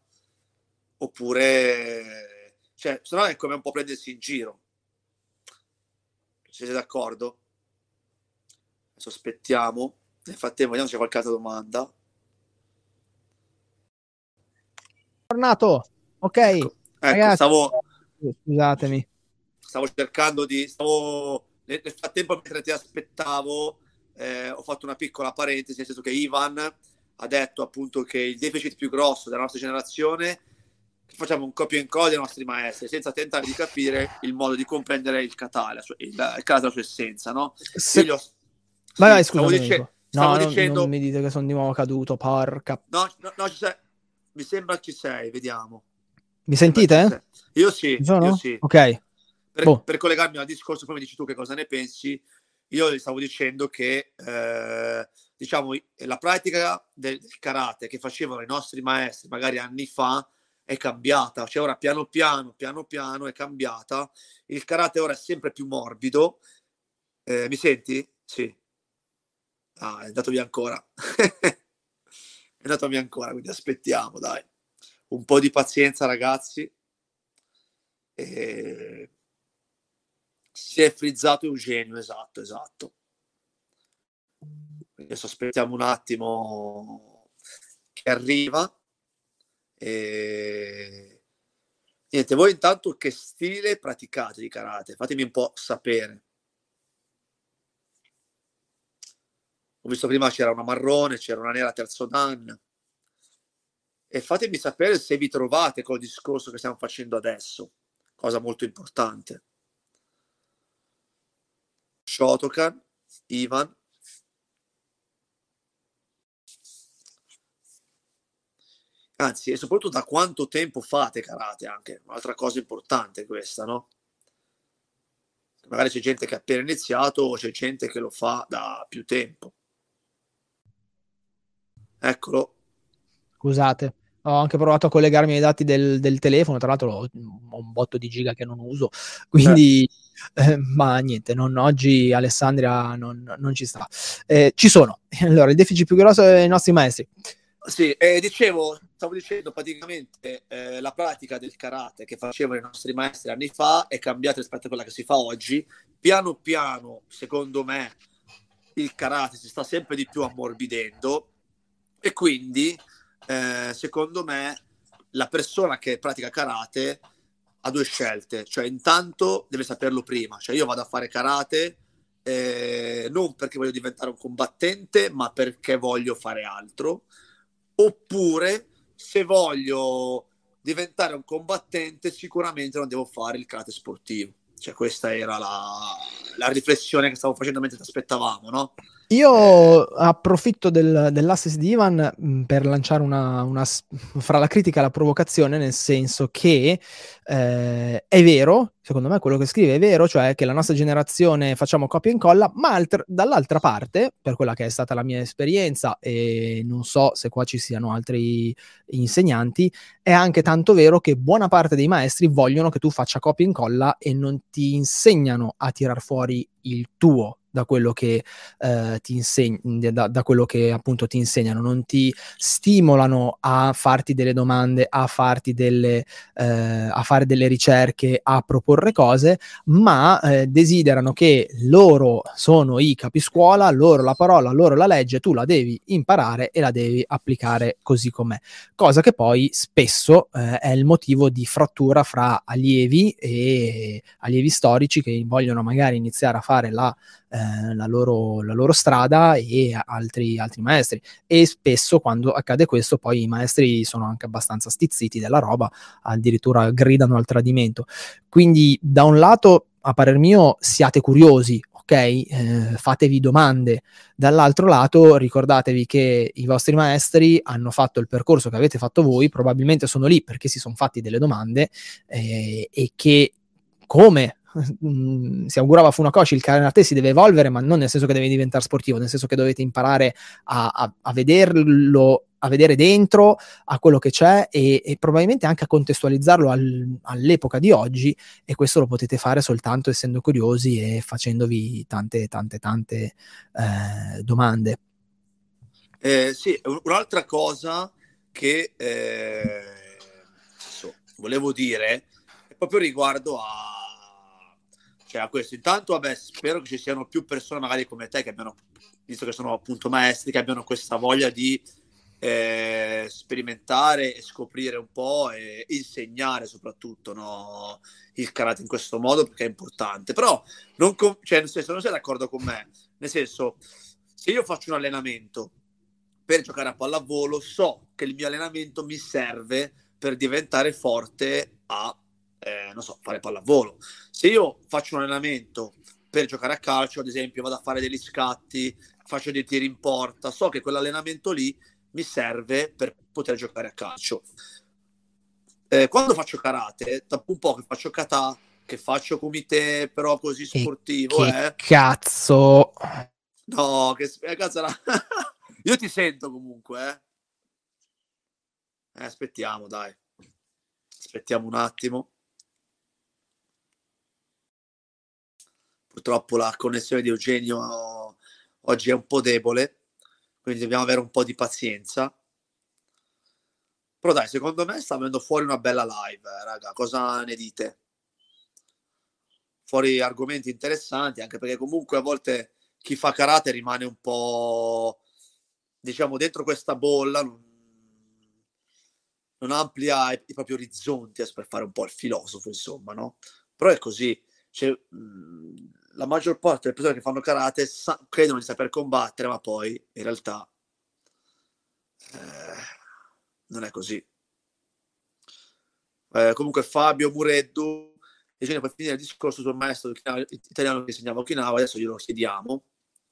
oppure, cioè, se no è come un po' prendersi in giro. Siete d'accordo? Adesso aspettiamo. Nel frattempo vediamo se c'è qualche altra domanda. Tornato. Ok. Ecco, ecco ragazzi, stavo... Scusatemi. Stavo cercando di... Stavo... Nel frattempo, mentre ti aspettavo, eh, ho fatto una piccola parentesi, nel senso che Ivan ha detto appunto che il deficit più grosso della nostra generazione che facciamo un copia e incolla dei nostri maestri senza tentare di capire il modo di comprendere il kata, il, il kata la sua essenza, no? Se... Io ho... sì, vai, vai, stavo, scusami, dice... no, stavo non, dicendo... non mi dite che sono di nuovo caduto, porca... No, no, no, ci sei. Mi sembra ci sei, vediamo. Mi sentite? Io sì, io sì. Ok. Per, boh. per collegarmi al discorso, poi mi dici tu che cosa ne pensi. Io gli stavo dicendo che eh, diciamo la pratica del, del karate che facevano i nostri maestri magari anni fa è cambiata, cioè ora piano piano piano piano è cambiata. Il karate ora è sempre più morbido. Eh, mi senti? Sì. Ah, è andato via ancora. È andato via ancora, quindi aspettiamo, dai. Un po' di pazienza, ragazzi. E... si è frizzato Eugenio, esatto, esatto. Adesso aspettiamo un attimo che arriva. E... niente, voi intanto che stile praticate di karate? Fatemi un po' sapere. Ho visto prima c'era una marrone, c'era una nera terzo dan. E fatemi sapere se vi trovate col discorso che stiamo facendo adesso. Cosa molto importante. Shotokan, Ivan. Anzi, e soprattutto da quanto tempo fate karate anche? Un'altra cosa importante questa, no? Magari c'è gente che ha appena iniziato o c'è gente che lo fa da più tempo. Eccolo. Scusate, ho anche provato a collegarmi ai dati del, del telefono, tra l'altro ho, ho un botto di giga che non uso, quindi eh. Eh, ma niente, non, oggi Alessandria non, non ci sta. Eh, ci sono. Allora, il deficit più grosso dei nostri maestri. Sì, eh, dicevo, stavo dicendo praticamente eh, la pratica del karate che facevano i nostri maestri anni fa è cambiata rispetto a quella che si fa oggi. Piano piano, secondo me, il karate si sta sempre di più ammorbidendo e quindi, eh, secondo me, la persona che pratica karate ha due scelte. Cioè, intanto deve saperlo prima. Cioè, io vado a fare karate eh, non perché voglio diventare un combattente, ma perché voglio fare altro. Oppure, se voglio diventare un combattente, sicuramente non devo fare il karate sportivo. Cioè, questa era la, la riflessione che stavo facendo mentre ti aspettavamo, no? Io eh. approfitto del, dell'assist di Ivan mh, per lanciare una, una fra la critica e la provocazione, nel senso che eh, è vero, secondo me quello che scrive è vero, cioè che la nostra generazione facciamo copia e incolla, ma alter, dall'altra parte, per quella che è stata la mia esperienza, e non so se qua ci siano altri insegnanti, è anche tanto vero che buona parte dei maestri vogliono che tu faccia copia e incolla e non ti insegnano a tirar fuori il tuo da quello che eh, ti inseg- da, da quello che appunto ti insegnano, non ti stimolano a farti delle domande, a farti delle eh, a fare delle ricerche, a proporre cose, ma eh, desiderano che loro sono i capiscuola, loro la parola, loro la legge, tu la devi imparare e la devi applicare così com'è, cosa che poi spesso eh, è il motivo di frattura fra allievi e allievi storici che vogliono magari iniziare a fare la Eh, la, loro, la loro strada e altri, altri maestri, e spesso quando accade questo poi i maestri sono anche abbastanza stizziti della roba, addirittura gridano al tradimento. Quindi da un lato, a parer mio, siate curiosi, ok? Eh, fatevi domande. Dall'altro lato ricordatevi che i vostri maestri hanno fatto il percorso che avete fatto voi, probabilmente sono lì perché si sono fatti delle domande eh, e che come si augurava Funakoshi, il karate si deve evolvere, ma non nel senso che deve diventare sportivo, nel senso che dovete imparare a, a, a vederlo, a vedere dentro a quello che c'è e, e probabilmente anche a contestualizzarlo al, all'epoca di oggi, e questo lo potete fare soltanto essendo curiosi e facendovi tante tante tante eh, domande. Eh, sì, un'altra cosa che eh, adesso volevo dire è proprio riguardo a cioè a questo. Intanto, vabbè, spero che ci siano più persone magari come te che abbiano, visto che sono appunto maestri, che abbiano questa voglia di eh, sperimentare e scoprire un po' e insegnare soprattutto, no, il karate in questo modo, perché è importante. Però non com- cioè, nel senso, non sei d'accordo con me, nel senso, se io faccio un allenamento per giocare a pallavolo, so che il mio allenamento mi serve per diventare forte a Eh, non so, fare pallavolo. Se io faccio un allenamento per giocare a calcio, ad esempio, vado a fare degli scatti, faccio dei tiri in porta, so che quell'allenamento lì mi serve per poter giocare a calcio. Eh, quando faccio karate, dopo un po' che faccio kata, che faccio kumite, però così sportivo, e che eh. cazzo No, che eh, cazzo era... Io ti sento comunque, eh. eh. Aspettiamo, dai. Aspettiamo un attimo. Purtroppo la connessione di Eugenio oggi è un po' debole, quindi dobbiamo avere un po' di pazienza. Però dai, secondo me sta venendo fuori una bella live, eh, raga. Cosa ne dite? Fuori argomenti interessanti, anche perché comunque a volte chi fa karate rimane un po', diciamo, dentro questa bolla, non, non amplia i, i propri orizzonti per fare un po' il filosofo, insomma, no? Però è così. Cioè, mh, la maggior parte delle persone che fanno karate sa- credono di saper combattere, ma poi in realtà eh, non è così. Eh, comunque Fabio Mureddu dice per finire il discorso sul maestro italiano che insegnava Okinawa, adesso glielo chiediamo.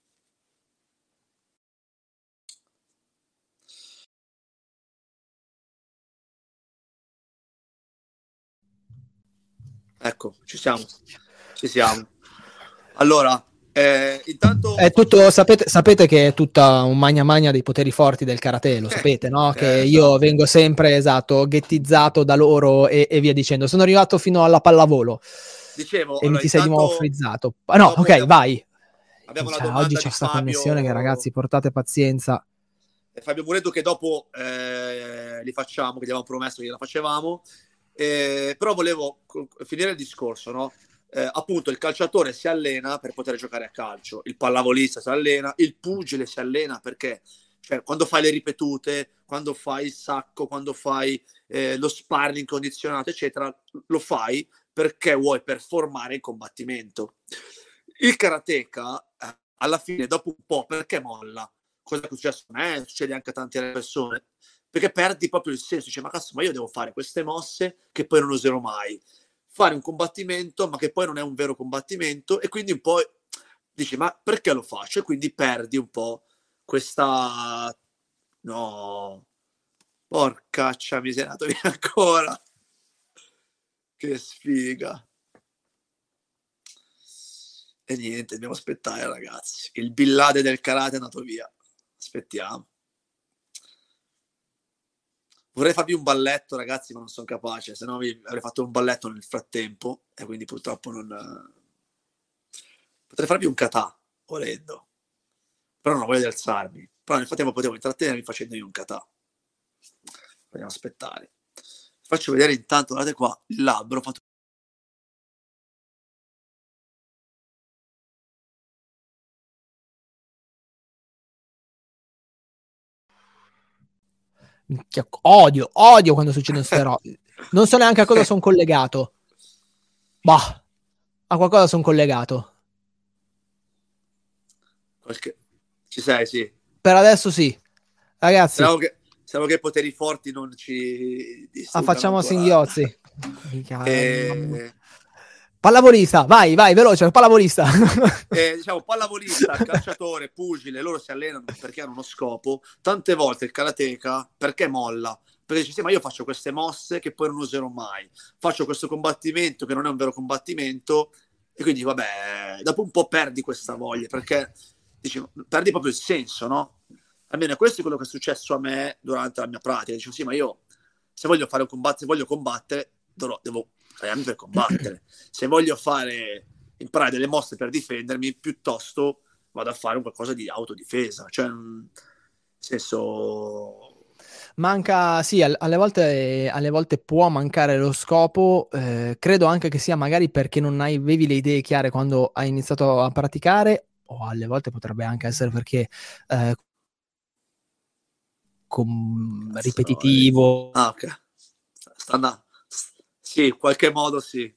Ecco, ci siamo. Ci siamo. Allora, eh, intanto è tutto, sapete, sapete che è tutta un magna magna dei poteri forti del karate, lo sapete, no? Eh, Che esatto. io vengo sempre, esatto, ghettizzato da loro e, e via dicendo. Sono arrivato fino alla pallavolo. Dicevo, E allora, mi ti sei di nuovo intanto, frizzato. Ah, no, ok, abbiamo, vai. abbiamo la Cioè, oggi domanda c'è di questa Fabio, connessione che, ragazzi, portate pazienza. Fabio Mureddu, che dopo eh, li facciamo, che gli avevamo promesso che la facevamo. Eh, però volevo finire il discorso, no? Eh, appunto, il calciatore si allena per poter giocare a calcio, il pallavolista si allena, il pugile si allena perché, cioè, quando fai le ripetute, quando fai il sacco, quando fai eh, lo sparring condizionato, eccetera, lo fai perché vuoi performare in combattimento. Il karateka, eh, alla fine, dopo un po', perché molla? Cosa è successo a me? Succede anche a tante persone. Perché perdi proprio il senso, dice ma cazzo, ma io devo fare queste mosse che poi non userò mai, fare un combattimento ma che poi non è un vero combattimento, e quindi un po' dici ma perché lo faccio? E quindi perdi un po' questa, no, porcaccia miseria, via ancora, che sfiga. E niente, dobbiamo aspettare, ragazzi, il Bin Laden del karate è andato via, aspettiamo. Vorrei farvi un balletto, ragazzi, ma non sono capace, se no vi avrei fatto un balletto nel frattempo e quindi purtroppo non... Potrei farvi un kata, volendo, però non ho voglia di alzarmi. Però nel frattempo potevo intrattenermi facendomi un kata. Vogliamo aspettare. Faccio vedere intanto, guardate qua, il labbro, ho fatto Minchia, odio, odio quando succedono queste robe. Non so neanche a cosa sono collegato. Bah, a qualcosa sono collegato. qualche... Ci sei, sì. Per adesso sì. Ragazzi. Speriamo che, speriamo che i poteri forti non ci Ah, facciamo singhiozzi. e... Pallavolista, vai, vai, veloce, pallavolista. eh, diciamo, pallavolista, calciatore, pugile, loro si allenano perché hanno uno scopo. Tante volte il karateka, perché molla? Perché dice, sì, ma io faccio queste mosse che poi non userò mai. Faccio questo combattimento che non è un vero combattimento e quindi, vabbè, dopo un po' perdi questa voglia, perché dici, perdi proprio il senso, no? Almeno questo è quello che è successo a me durante la mia pratica. Dicevo, sì, ma io se voglio fare un combattere, se voglio combattere, dovrò, devo fare per combattere. Se voglio fare imparare delle mosse per difendermi, piuttosto vado a fare un qualcosa di autodifesa. Cioè, nel senso... Manca, sì, alle volte, alle volte può mancare lo scopo, eh, credo anche che sia magari perché non avevi le idee chiare quando hai iniziato a praticare, o alle volte potrebbe anche essere perché eh, com- ripetitivo. Ah, ok. Sta andando. Sì, in qualche modo sì.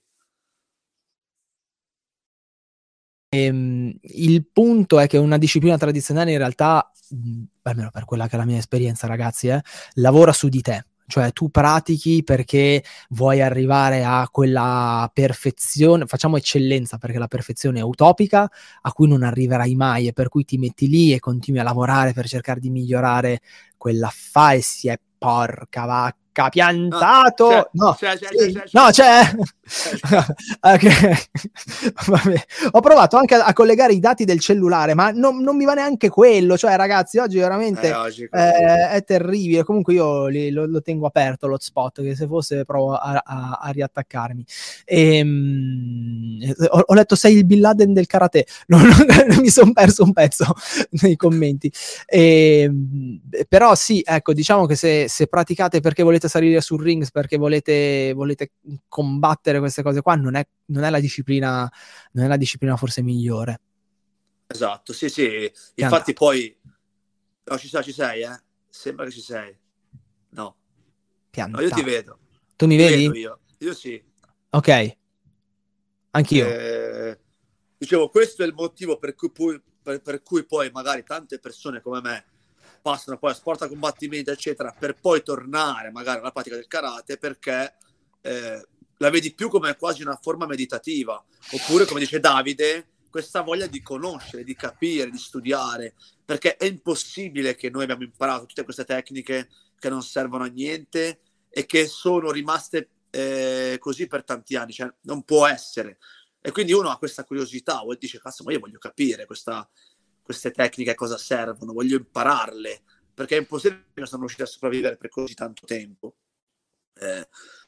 Ehm, il punto è che una disciplina tradizionale in realtà, mh, almeno per quella che è la mia esperienza, ragazzi, eh, lavora su di te. Cioè tu pratichi perché vuoi arrivare a quella perfezione, facciamo eccellenza perché la perfezione è utopica, a cui non arriverai mai e per cui ti metti lì e continui a lavorare per cercare di migliorare quella fa e si è porca vacca piantato. No, c'è, c'è, sì. c'è, c'è, no, c'è. c'è. Okay. Vabbè. Ho provato anche a, a collegare i dati del cellulare, ma non, non mi va neanche quello. Cioè, ragazzi, oggi veramente eh, oggi eh, è terribile. Comunque io li, lo, lo tengo aperto l'hotspot, che se fosse provo a, a, a riattaccarmi. E, um, ho, ho letto sei il Bin Laden del karate. Non, non, mi sono perso un pezzo nei commenti. E, però sì, ecco, diciamo che se, se praticate perché volete salire sul ring, perché volete, volete combattere queste cose qua, non è, non è la disciplina, non è la disciplina forse migliore. Esatto, sì, sì. Infatti poi no, ci sei, ci sei, eh? Sembra che ci sei. No. No, io ti vedo. Tu mi ti vedi? Vedo io. Io sì. Ok. Anch'io. Eh, dicevo, questo è il motivo per cui, poi, per, per cui poi magari tante persone come me passano poi a sport a combattimento, eccetera, per poi tornare magari alla pratica del karate, perché eh, la vedi più come quasi una forma meditativa, oppure come dice Davide, questa voglia di conoscere, di capire, di studiare, perché è impossibile che noi abbiamo imparato tutte queste tecniche che non servono a niente e che sono rimaste eh, così per tanti anni, cioè non può essere. E quindi uno ha questa curiosità, dice, cazzo, ma io voglio capire questa, queste tecniche a cosa servono, voglio impararle, perché è impossibile che non sono riusciti a sopravvivere per così tanto tempo. Eh,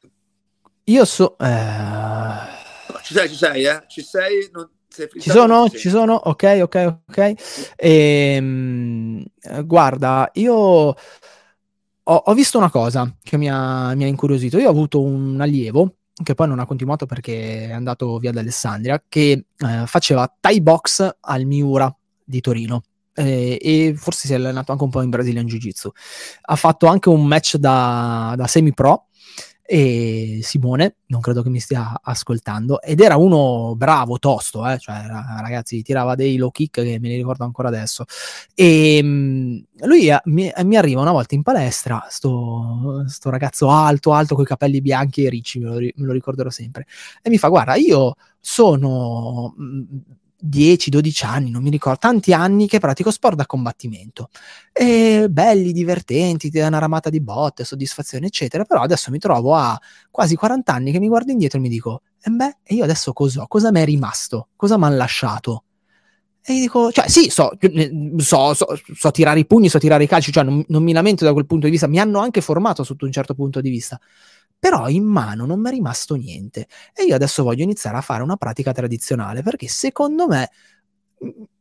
io so... Eh... No, ci sei, ci sei, eh? Ci sei? Non... Ci sono? Ci sono? Ok, ok, ok. E, mh, guarda, io ho, ho visto una cosa che mi ha, mi ha incuriosito. Io ho avuto un allievo, che poi non ha continuato perché è andato via da Alessandria, che eh, faceva Thai box al Miura di Torino. Eh, e forse si è allenato anche un po' in Brazilian Jiu-Jitsu. Ha fatto anche un match da, da semi-pro, e Simone, non credo che mi stia ascoltando, ed era uno bravo, tosto, eh? Cioè, ragazzi, tirava dei low kick che me li ricordo ancora adesso. E mh, lui a, mi, mi arriva una volta in palestra, sto, sto ragazzo alto, alto, con i capelli bianchi e ricci, me lo, me lo ricorderò sempre, e mi fa, guarda, io sono... Mh, dieci dodici anni, non mi ricordo, tanti anni che pratico sport da combattimento, e belli, divertenti, ti dà una ramata di botte, soddisfazione eccetera, però adesso mi trovo a quasi quaranta anni che mi guardo indietro e mi dico, e beh, e io adesso cos'ho? Cosa mi è rimasto? Cosa mi hanno lasciato? E dico, cioè sì, so, so, so, so tirare i pugni, so tirare i calci, cioè non, non mi lamento da quel punto di vista, mi hanno anche formato sotto un certo punto di vista, però in mano non mi è rimasto niente e io adesso voglio iniziare a fare una pratica tradizionale perché secondo me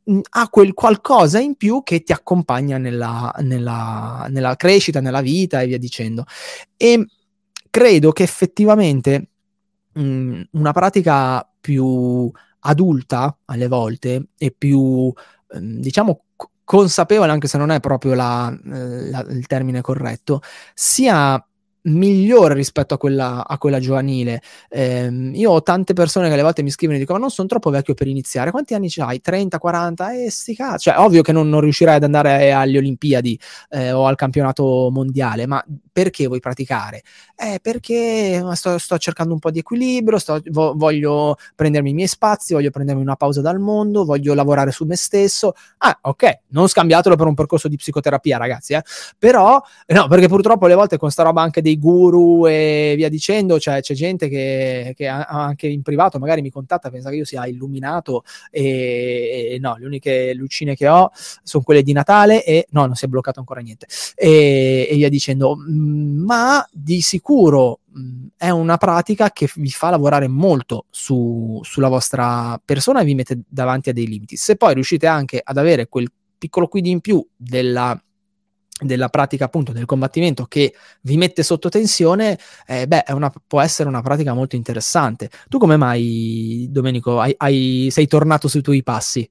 mh, ha quel qualcosa in più che ti accompagna nella, nella, nella crescita, nella vita e via dicendo. E credo che effettivamente mh, una pratica più adulta alle volte e più ehm, diciamo c- consapevole, anche se non è proprio la, eh, la- il termine corretto, sia migliore rispetto a quella, a quella giovanile. Ehm, io ho tante persone che alle volte mi scrivono e dicono: ma non sono troppo vecchio per iniziare? Quanti anni c'hai? trenta, quaranta? E sti cazzo, cioè ovvio che non, non riuscirai ad andare alle Olimpiadi eh, o al campionato mondiale, ma perché vuoi praticare? Eh, perché sto, sto cercando un po' di equilibrio, sto, vo- voglio prendermi i miei spazi, voglio prendermi una pausa dal mondo, voglio lavorare su me stesso. Ah, ok, non scambiatelo per un percorso di psicoterapia, ragazzi, eh. Però, no, perché purtroppo alle volte con sta roba anche dei guru e via dicendo, cioè c'è gente che, che anche in privato magari mi contatta, pensa che io sia illuminato e, e no, le uniche lucine che ho sono quelle di Natale e no, non si è bloccato ancora niente e, e via dicendo, ma di sicuro mh, è una pratica che vi fa lavorare molto su, sulla vostra persona e vi mette davanti a dei limiti. Se poi riuscite anche ad avere quel piccolo quid in più della della pratica appunto del combattimento che vi mette sotto tensione, eh, beh, è una, può essere una pratica molto interessante. Tu come mai, Domenico, hai, hai, sei tornato sui tuoi passi?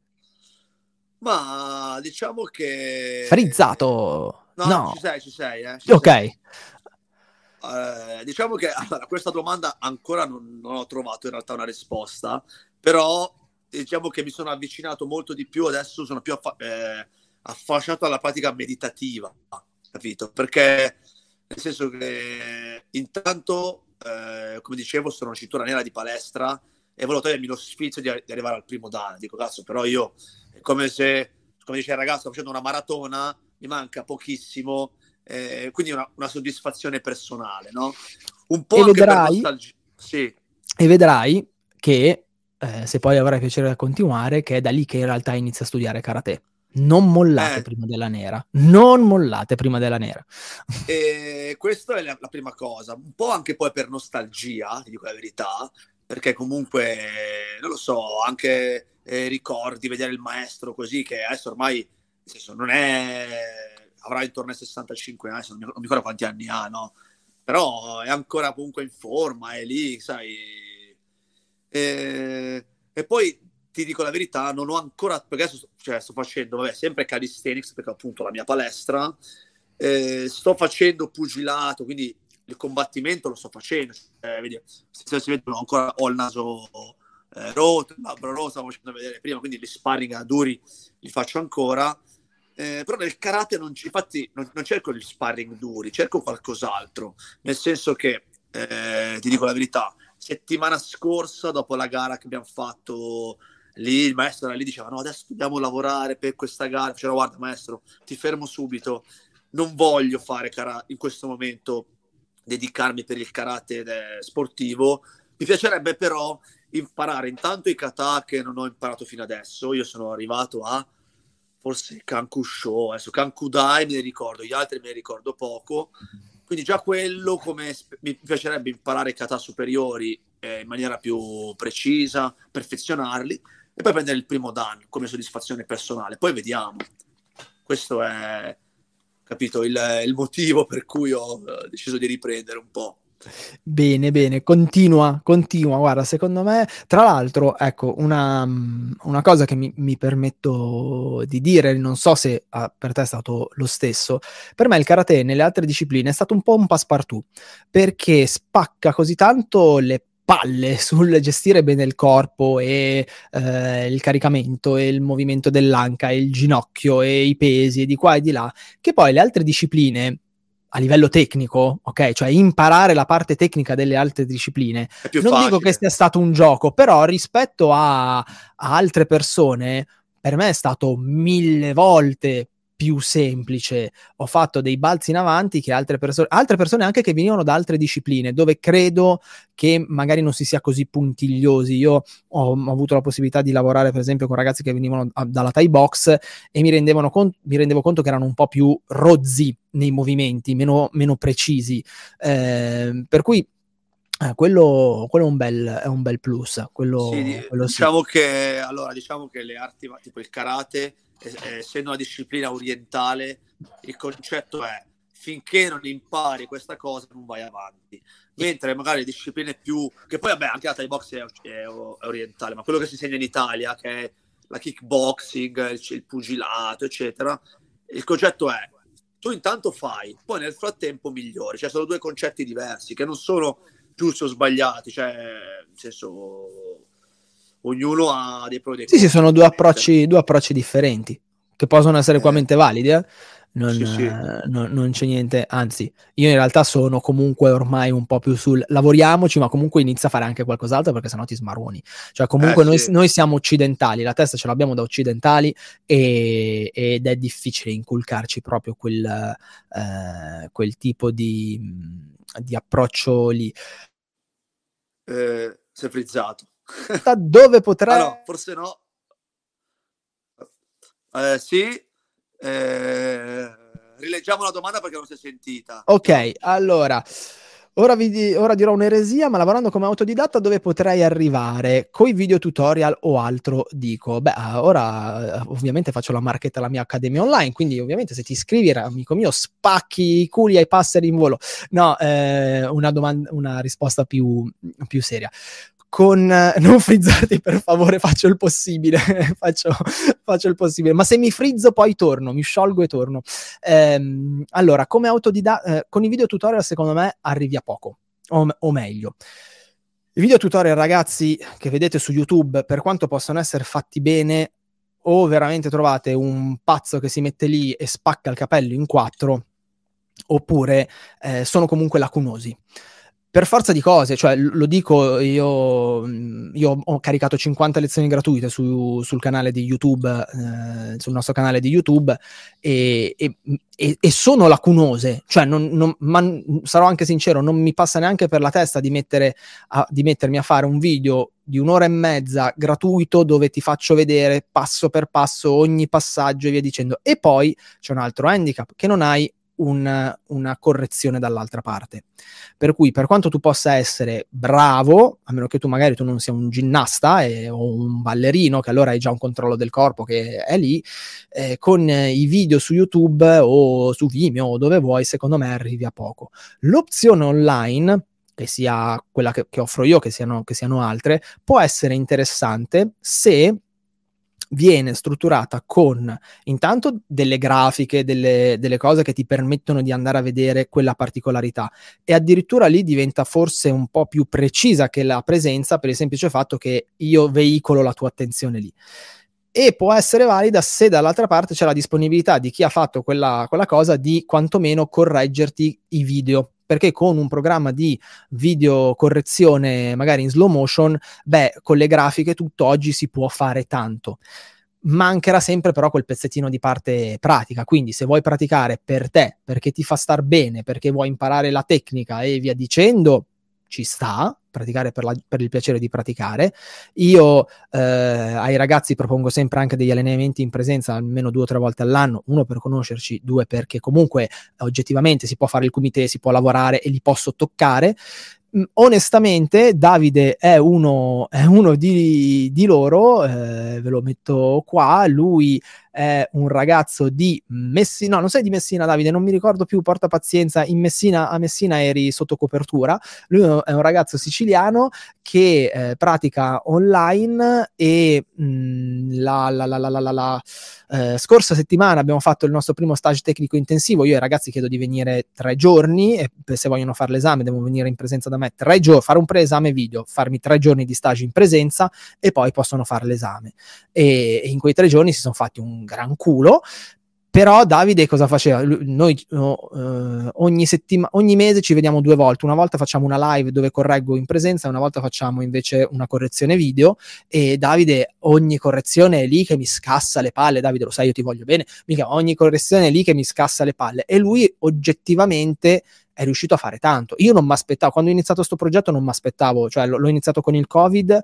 Ma diciamo che... Frizzato? No, no, No. ci sei, ci sei, eh, ci Ok. sei. Eh, diciamo che allora, a questa domanda ancora non, non ho trovato in realtà una risposta, però diciamo che mi sono avvicinato molto di più, adesso sono più affa- eh, affascinato alla pratica meditativa, capito? Perché nel senso che intanto, eh, come dicevo, sono cintura nera di palestra e volevo togliermi lo sfizio di, di arrivare al primo dan. Dico, cazzo, però io è come se, come dice il ragazzo, sto facendo una maratona, mi manca pochissimo, eh, quindi una, una soddisfazione personale, no? Un po' E anche per vedrai, nostalgia. Sì, e vedrai che, eh, se poi avrai piacere da continuare, che è da lì che in realtà inizi a studiare karate. Non mollate eh, prima della nera. Non mollate prima della nera. e questa è la, la prima cosa. Un po' anche poi per nostalgia, ti dico la verità, perché comunque, non lo so, anche eh, ricordi vedere il maestro così, che adesso ormai, nel senso, non è... avrà intorno ai sessantacinque anni, non mi non mi ricordo quanti anni ha, no? Però è ancora comunque in forma, è lì, sai. E, e poi ti dico la verità, non ho ancora, perché adesso cioè, sto facendo, vabbè, sempre calisthenics, perché appunto la mia palestra, eh, sto facendo pugilato, quindi il combattimento lo sto facendo, cioè, vedi, se si vedono ancora ho il naso eh, rotto, il labbro rotto, stavo facendo vedere prima, quindi gli sparring a duri li faccio ancora. Eh, però nel karate non, infatti non, non cerco gli sparring duri, cerco qualcos'altro, nel senso che eh, ti dico la verità, settimana scorsa dopo la gara che abbiamo fatto lì, il maestro era lì, diceva no, adesso dobbiamo lavorare per questa gara, diceva guarda maestro, ti fermo subito, non voglio fare cara- in questo momento dedicarmi per il karate sportivo, mi piacerebbe però imparare intanto i kata che non ho imparato fino adesso. Io sono arrivato a forse Kankusho, adesso Kankudai me ne ricordo, gli altri me ne ricordo poco, quindi già quello come mi piacerebbe imparare i kata superiori eh, in maniera più precisa, perfezionarli e poi prendere il primo dan come soddisfazione personale, poi vediamo. Questo è, capito, il, il motivo per cui ho eh, deciso di riprendere un po'. Bene, bene, continua, continua. Guarda, secondo me, tra l'altro, ecco, una, una cosa che mi, mi permetto di dire, non so se ah, per te è stato lo stesso, per me il karate nelle altre discipline è stato un po' un passepartout, perché spacca così tanto le palle sul gestire bene il corpo e eh, il caricamento e il movimento dell'anca e il ginocchio e i pesi e di qua e di là, che poi le altre discipline a livello tecnico, ok? Cioè imparare la parte tecnica delle altre discipline. È più Non dico che facile. sia stato un gioco, però rispetto a, a altre persone, per me è stato mille volte più semplice. Ho fatto dei balzi in avanti che altre persone, altre persone anche che venivano da altre discipline, dove credo che magari non si sia così puntigliosi. Io ho, ho avuto la possibilità di lavorare, per esempio, con ragazzi che venivano a, dalla Thai box e mi, rendevano con, mi rendevo conto che erano un po' più rozzi nei movimenti, meno, meno precisi. Eh, per cui Eh, quello, quello è un bel, è un bel plus, quello, Sì, quello sì. diciamo che allora diciamo che le arti, tipo il karate, essendo una disciplina orientale, il concetto è finché non impari questa cosa non vai avanti, mentre magari le discipline più, che poi vabbè anche la Thai box è, è, è orientale, ma quello che si insegna in Italia, che è la kickboxing, il, il pugilato eccetera, il concetto è tu intanto fai, poi nel frattempo migliori, cioè sono due concetti diversi che non sono giusti o sbagliati, cioè nel senso ognuno ha dei pro e dei Sì, sì, contro. sono due approcci, due approcci differenti che possono essere Eh, equamente validi, eh? Non, sì, sì. eh, non, non c'è niente, anzi, io in realtà sono comunque ormai un po' più sul lavoriamoci, ma comunque inizia a fare anche qualcos'altro perché sennò ti smarroni. Cioè, comunque Eh, noi, sì. noi siamo occidentali, la testa ce l'abbiamo da occidentali e, ed è difficile inculcarci proprio quel, eh, quel tipo di, di approccio lì. Eh, si è frizzato. Dove potrei... Ah no, forse no. Eh, sì. Eh, rileggiamo la domanda perché non si è sentita. Ok, No? allora, ora, vi di- ora dirò un'eresia, ma lavorando come autodidatta dove potrei arrivare? Coi video tutorial o altro dico? Beh, ora eh, ovviamente faccio la marchetta alla mia accademia online, quindi ovviamente se ti iscrivi, amico mio, spacchi i culi ai passeri in volo. No, eh, una domanda, una risposta più, più seria. Con eh, non frizzarti per favore, faccio il possibile faccio, faccio il possibile, ma se mi frizzo poi torno, mi sciolgo e torno. Ehm, allora, come autodidatta, eh, con i video tutorial secondo me arrivi a poco, o, o meglio, i video tutorial, ragazzi, che vedete su YouTube, per quanto possano essere fatti bene, o veramente trovate un pazzo che si mette lì e spacca il capello in quattro, oppure eh, sono comunque lacunosi. Per forza di cose, cioè lo dico, io, io ho caricato cinquanta lezioni gratuite su, sul canale di YouTube, eh, sul nostro canale di YouTube, e, e, e, e sono lacunose, cioè non, non, ma sarò anche sincero, non mi passa neanche per la testa di, mettere a, di mettermi a fare un video di un'ora e mezza gratuito dove ti faccio vedere passo per passo ogni passaggio e via dicendo. E poi c'è un altro handicap, che non hai Un, una correzione dall'altra parte, per cui per quanto tu possa essere bravo, a meno che tu magari tu non sia un ginnasta e, o un ballerino, che allora hai già un controllo del corpo che è lì, eh, con i video su YouTube o su Vimeo o dove vuoi, secondo me arrivi a poco. L'opzione online, che sia quella che, che offro io, che siano, che siano altre, può essere interessante se viene strutturata con intanto delle grafiche, delle, delle cose che ti permettono di andare a vedere quella particolarità, e addirittura lì diventa forse un po' più precisa che la presenza, per il semplice fatto che io veicolo la tua attenzione lì. E può essere valida se dall'altra parte c'è la disponibilità di chi ha fatto quella, quella cosa di quantomeno correggerti i video, perché con un programma di video correzione magari in slow motion, beh, con le grafiche tutto oggi si può fare tanto. Mancherà sempre però quel pezzettino di parte pratica, quindi se vuoi praticare per te, perché ti fa star bene, perché vuoi imparare la tecnica e via dicendo, ci sta, praticare per, la, per il piacere di praticare. Io eh, ai ragazzi propongo sempre anche degli allenamenti in presenza almeno due o tre volte all'anno, uno per conoscerci, due perché comunque oggettivamente si può fare il comité, si può lavorare e li posso toccare. Onestamente Davide è uno, è uno di, di loro, eh, ve lo metto qua, lui è un ragazzo di Messina, no non sei di Messina Davide, non mi ricordo più, porta pazienza, in Messina, a Messina eri sotto copertura, lui è un ragazzo siciliano che eh, pratica online e mh, la, la, la, la, la, la, la eh, scorsa settimana abbiamo fatto il nostro primo stage tecnico intensivo, io ai ragazzi chiedo di venire tre giorni e se vogliono fare l'esame devono venire in presenza da me tre giorni, fare un pre-esame video, farmi tre giorni di stage in presenza e poi possono fare l'esame, e, e in quei tre giorni si sono fatti un gran culo. Però Davide cosa faceva? Noi uh, ogni settimana, ogni mese ci vediamo due volte, una volta facciamo una live dove correggo in presenza e una volta facciamo invece una correzione video, e Davide ogni correzione è lì che mi scassa le palle. Davide, lo sai, io ti voglio bene, mica ogni correzione è lì che mi scassa le palle, e lui oggettivamente è riuscito a fare tanto. Io non mi aspettavo, quando ho iniziato questo progetto non mi aspettavo, cioè l'ho iniziato con il Covid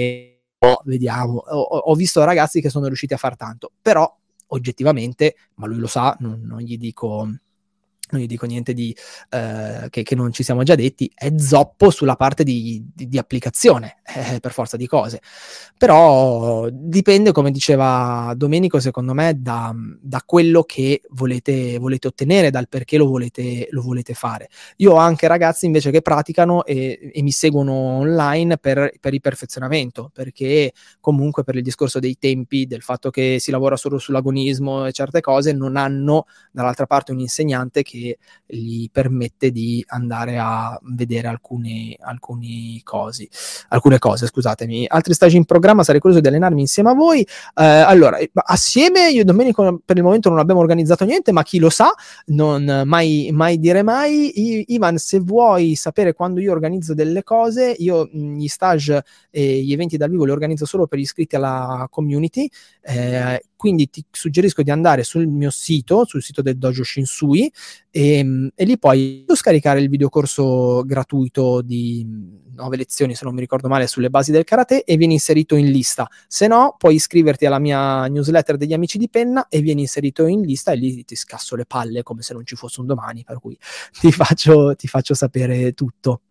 e oh, vediamo, ho, ho visto ragazzi che sono riusciti a far tanto, però oggettivamente, ma lui lo sa, non, non gli dico non gli dico niente di eh, che, che non ci siamo già detti, è zoppo sulla parte di, di, di applicazione, eh, per forza di cose. Però dipende, come diceva Domenico, secondo me, da, da quello che volete, volete ottenere, dal perché lo volete, lo volete fare. Io ho anche ragazzi invece che praticano e, e mi seguono online per, per il perfezionamento, perché comunque per il discorso dei tempi, del fatto che si lavora solo sull'agonismo e certe cose, non hanno dall'altra parte un insegnante che gli permette di andare a vedere alcune, alcune cose, alcune cose, scusatemi. Altri stage in programma, sarei curioso di allenarmi insieme a voi. Eh, allora, assieme io e Domenico per il momento non abbiamo organizzato niente, ma chi lo sa, non mai, mai dire mai. I, Ivan, se vuoi sapere quando io organizzo delle cose, io gli stage e gli eventi dal vivo li organizzo solo per gli iscritti alla community, eh, quindi ti suggerisco di andare sul mio sito, sul sito del Dojo Shinsui, e, e lì puoi scaricare il videocorso gratuito di nove lezioni, se non mi ricordo male, sulle basi del karate, e vieni inserito in lista. Se no, puoi iscriverti alla mia newsletter degli amici di penna e vieni inserito in lista, e lì ti scasso le palle come se non ci fosse un domani, per cui ti faccio, ti faccio sapere tutto.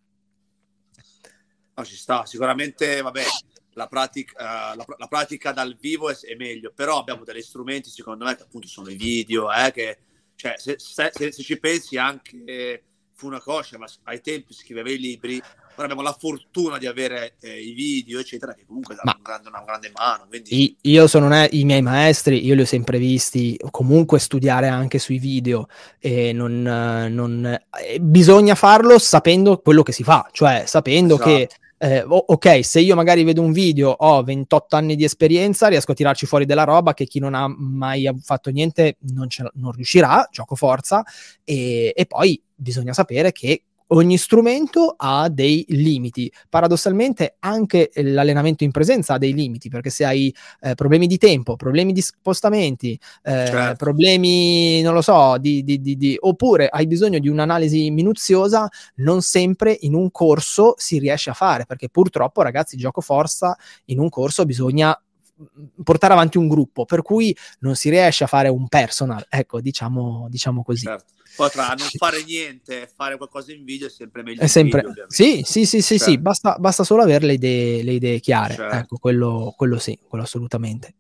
No, ci sta, sicuramente, vabbè, la pratica, uh, la, la pratica dal vivo è, è meglio, però abbiamo degli strumenti, secondo me, che appunto sono i video, eh, che, cioè, se, se, se, se ci pensi anche eh, Funakoshi, ma ai tempi scriveva i libri, ora abbiamo la fortuna di avere eh, i video, eccetera, che comunque danno un grande, una grande mano. Quindi... Io sono ne- i miei maestri, io li ho sempre visti, comunque studiare anche sui video, e non, non eh, bisogna farlo sapendo quello che si fa, cioè sapendo esatto. che Eh, ok, se io magari vedo un video, ho ventotto anni di esperienza, riesco a tirarci fuori della roba che chi non ha mai fatto niente non, ce, non riuscirà, gioco forza, e, e poi bisogna sapere che ogni strumento ha dei limiti. Paradossalmente anche l'allenamento in presenza ha dei limiti, perché se hai eh, problemi di tempo, problemi di spostamenti, eh, certo. problemi, non lo so, di, di, di, di, oppure hai bisogno di un'analisi minuziosa, non sempre in un corso si riesce a fare, perché purtroppo, ragazzi, gioco forza in un corso bisogna portare avanti un gruppo, per cui non si riesce a fare un personal, ecco, diciamo, diciamo così. Certo. Poi tra non fare niente e fare qualcosa in video è sempre meglio. È sempre... video, ovviamente. Sì, sì, sì, sì, certo. sì. Basta, basta solo avere le idee, le idee chiare. Certo. Ecco, quello, quello sì, quello assolutamente.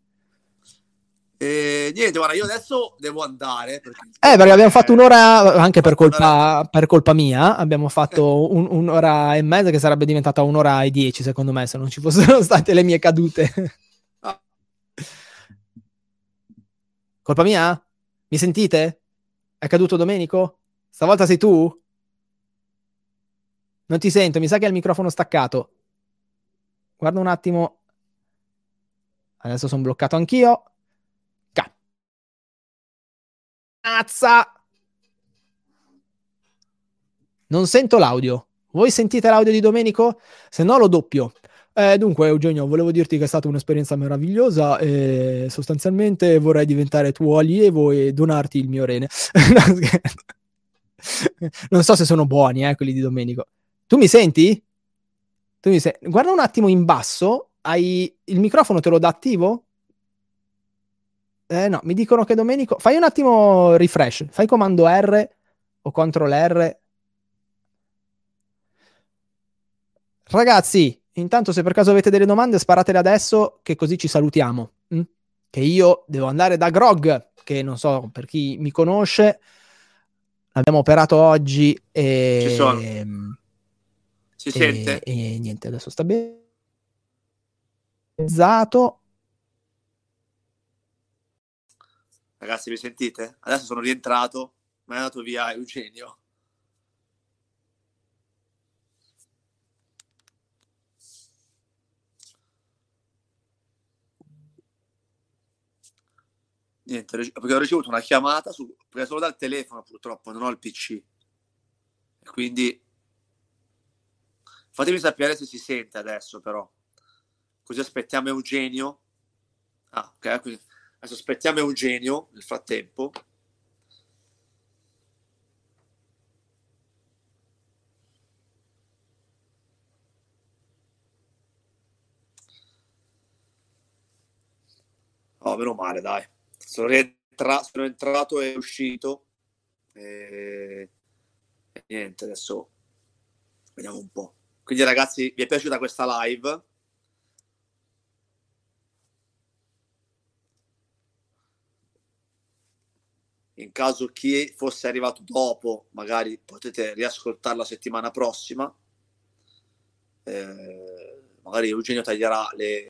E niente, guarda, io adesso devo andare. Perché, eh, perché abbiamo fatto un'ora, anche per colpa, per colpa mia, abbiamo fatto un, un'ora e mezza che sarebbe diventata un'ora e dieci, secondo me, se non ci fossero state le mie cadute. Ah. Colpa mia? Mi sentite? È caduto Domenico? Stavolta sei tu? Non ti sento, mi sa che hai il microfono staccato. Guarda un attimo. Adesso sono bloccato anch'io. Cazza! Non sento l'audio. Voi sentite l'audio di Domenico? Se no lo doppio. Eh, dunque, Eugenio, volevo dirti che è stata un'esperienza meravigliosa e sostanzialmente vorrei diventare tuo allievo e donarti il mio rene. Non so se sono buoni, eh, quelli di Domenico. Tu mi senti? Tu mi senti? Guarda un attimo in basso. Hai il microfono, te lo dà attivo? Eh no, mi dicono che Domenico... Fai un attimo refresh. Fai comando R o control R. Ragazzi, intanto se per caso avete delle domande sparatele adesso, che così ci salutiamo. Mm? Che io devo andare da Grog, che non so, per chi mi conosce, l'abbiamo operato oggi e... Ci sono. Si e, sente? E niente, adesso sta bene. Esatto. Ragazzi, mi sentite? Adesso sono rientrato, mi è andato via Eugenio. Niente, perché ho ricevuto una chiamata su, perché solo dal telefono purtroppo, non ho il P C. E quindi fatemi sapere se si sente adesso, però. Così aspettiamo Eugenio. Ah, ok, quindi adesso aspettiamo Eugenio nel frattempo. Oh, meno male, dai. Sono, rientra- sono entrato e uscito E, e niente, adesso vediamo un po'. Quindi ragazzi, vi è piaciuta questa live? In caso chi fosse arrivato dopo, magari potete riascoltarla la settimana prossima. Eh, magari Eugenio taglierà le...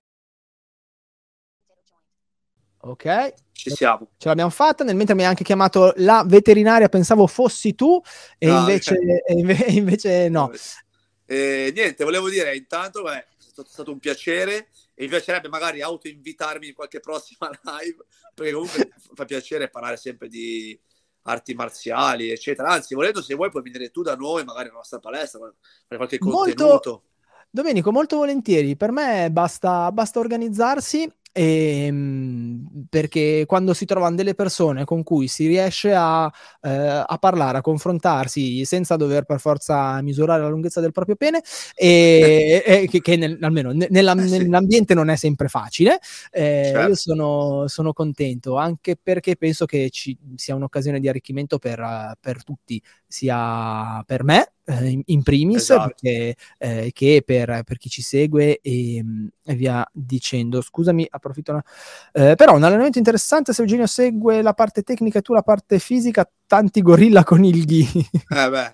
Ok, ci siamo. Ce l'abbiamo fatta. Nel mentre mi hai anche chiamato la veterinaria, pensavo fossi tu, e, Ah, invece, okay. e inve- invece no. Eh, niente, volevo dire intanto, beh, è stato, stato un piacere e mi piacerebbe magari autoinvitarmi in qualche prossima live, perché comunque fa piacere parlare sempre di arti marziali, eccetera. Anzi, volendo, se vuoi puoi venire tu da noi, magari nella nostra palestra, fare qualche contenuto. Molto, Domenico, molto volentieri. Per me basta, basta organizzarsi, e, perché quando si trovano delle persone con cui si riesce a, eh, a parlare, a confrontarsi senza dover per forza misurare la lunghezza del proprio pene, e, e che, che nel, almeno nella, sì. nell'ambiente non è sempre facile, eh, certo. io sono, sono contento, anche perché penso che ci sia un'occasione di arricchimento per, per tutti, sia per me eh, in primis, esatto. perché, eh, che per, per chi ci segue e, e via dicendo. Scusami, approfitto una... eh, però un allenamento interessante se Eugenio segue la parte tecnica e tu la parte fisica, tanti gorilla conigli. Eh beh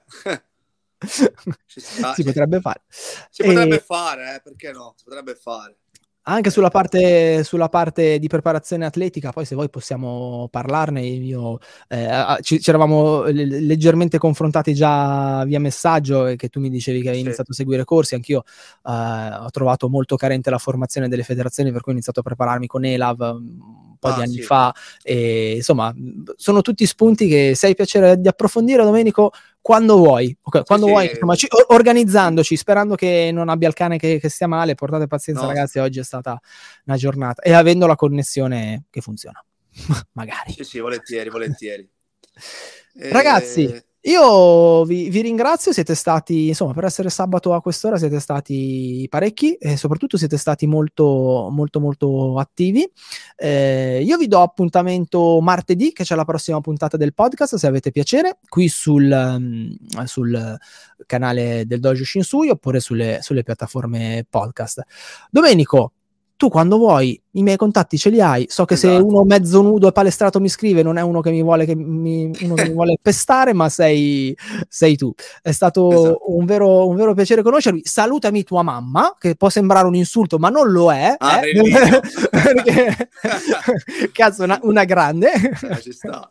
ci sta, si potrebbe fare si e... potrebbe fare, eh, perché no? Si potrebbe fare anche sulla parte, sulla parte di preparazione atletica, poi se vuoi possiamo parlarne. Io eh, ci, ci eravamo leggermente confrontati già via messaggio, e che tu mi dicevi che avevi sì. iniziato a seguire corsi. Anch'io eh, ho trovato molto carente la formazione delle federazioni, per cui ho iniziato a prepararmi con Elav un po' ah, di anni sì. fa, e insomma sono tutti spunti che se hai piacere di approfondire, Domenico, quando vuoi, okay, quando sì, vuoi, sì. Insomma, ci, organizzandoci, sperando che non abbia il cane che, che stia male. Portate pazienza, no. Ragazzi, oggi è stata una giornata, e avendo la connessione che funziona magari. Sì, sì, volentieri, volentieri. Ragazzi, e... io vi, vi ringrazio, siete stati, insomma, per essere sabato a quest'ora siete stati parecchi, e soprattutto siete stati molto, molto, molto attivi. Eh, io vi do appuntamento martedì, che c'è la prossima puntata del podcast, se avete piacere, qui sul, um, sul canale del Dojo Shinsui, oppure sulle, sulle piattaforme podcast. Domenico, tu quando vuoi, i miei contatti ce li hai. So che esatto. Se uno mezzo nudo e palestrato mi scrive, non è uno che mi vuole, che mi, uno che mi vuole pestare, ma sei, sei tu. È stato esatto. un, vero, un vero piacere conoscervi. Salutami tua mamma, che può sembrare un insulto, ma non lo è. Ah, eh? Perché, cazzo, una, una grande. Eh, ci sta.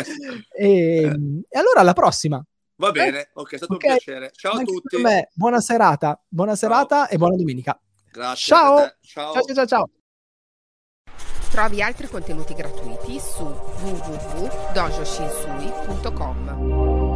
e, e allora alla prossima. Va bene, eh? Ok, è stato okay. un piacere. Ciao Anche a tutti. Per me. Buona serata, buona serata ciao. E buona domenica. Grazie. Ciao. Ciao. Ciao, ciao, ciao. Trovi altri contenuti gratuiti su w w w punto dojo shinsui punto com.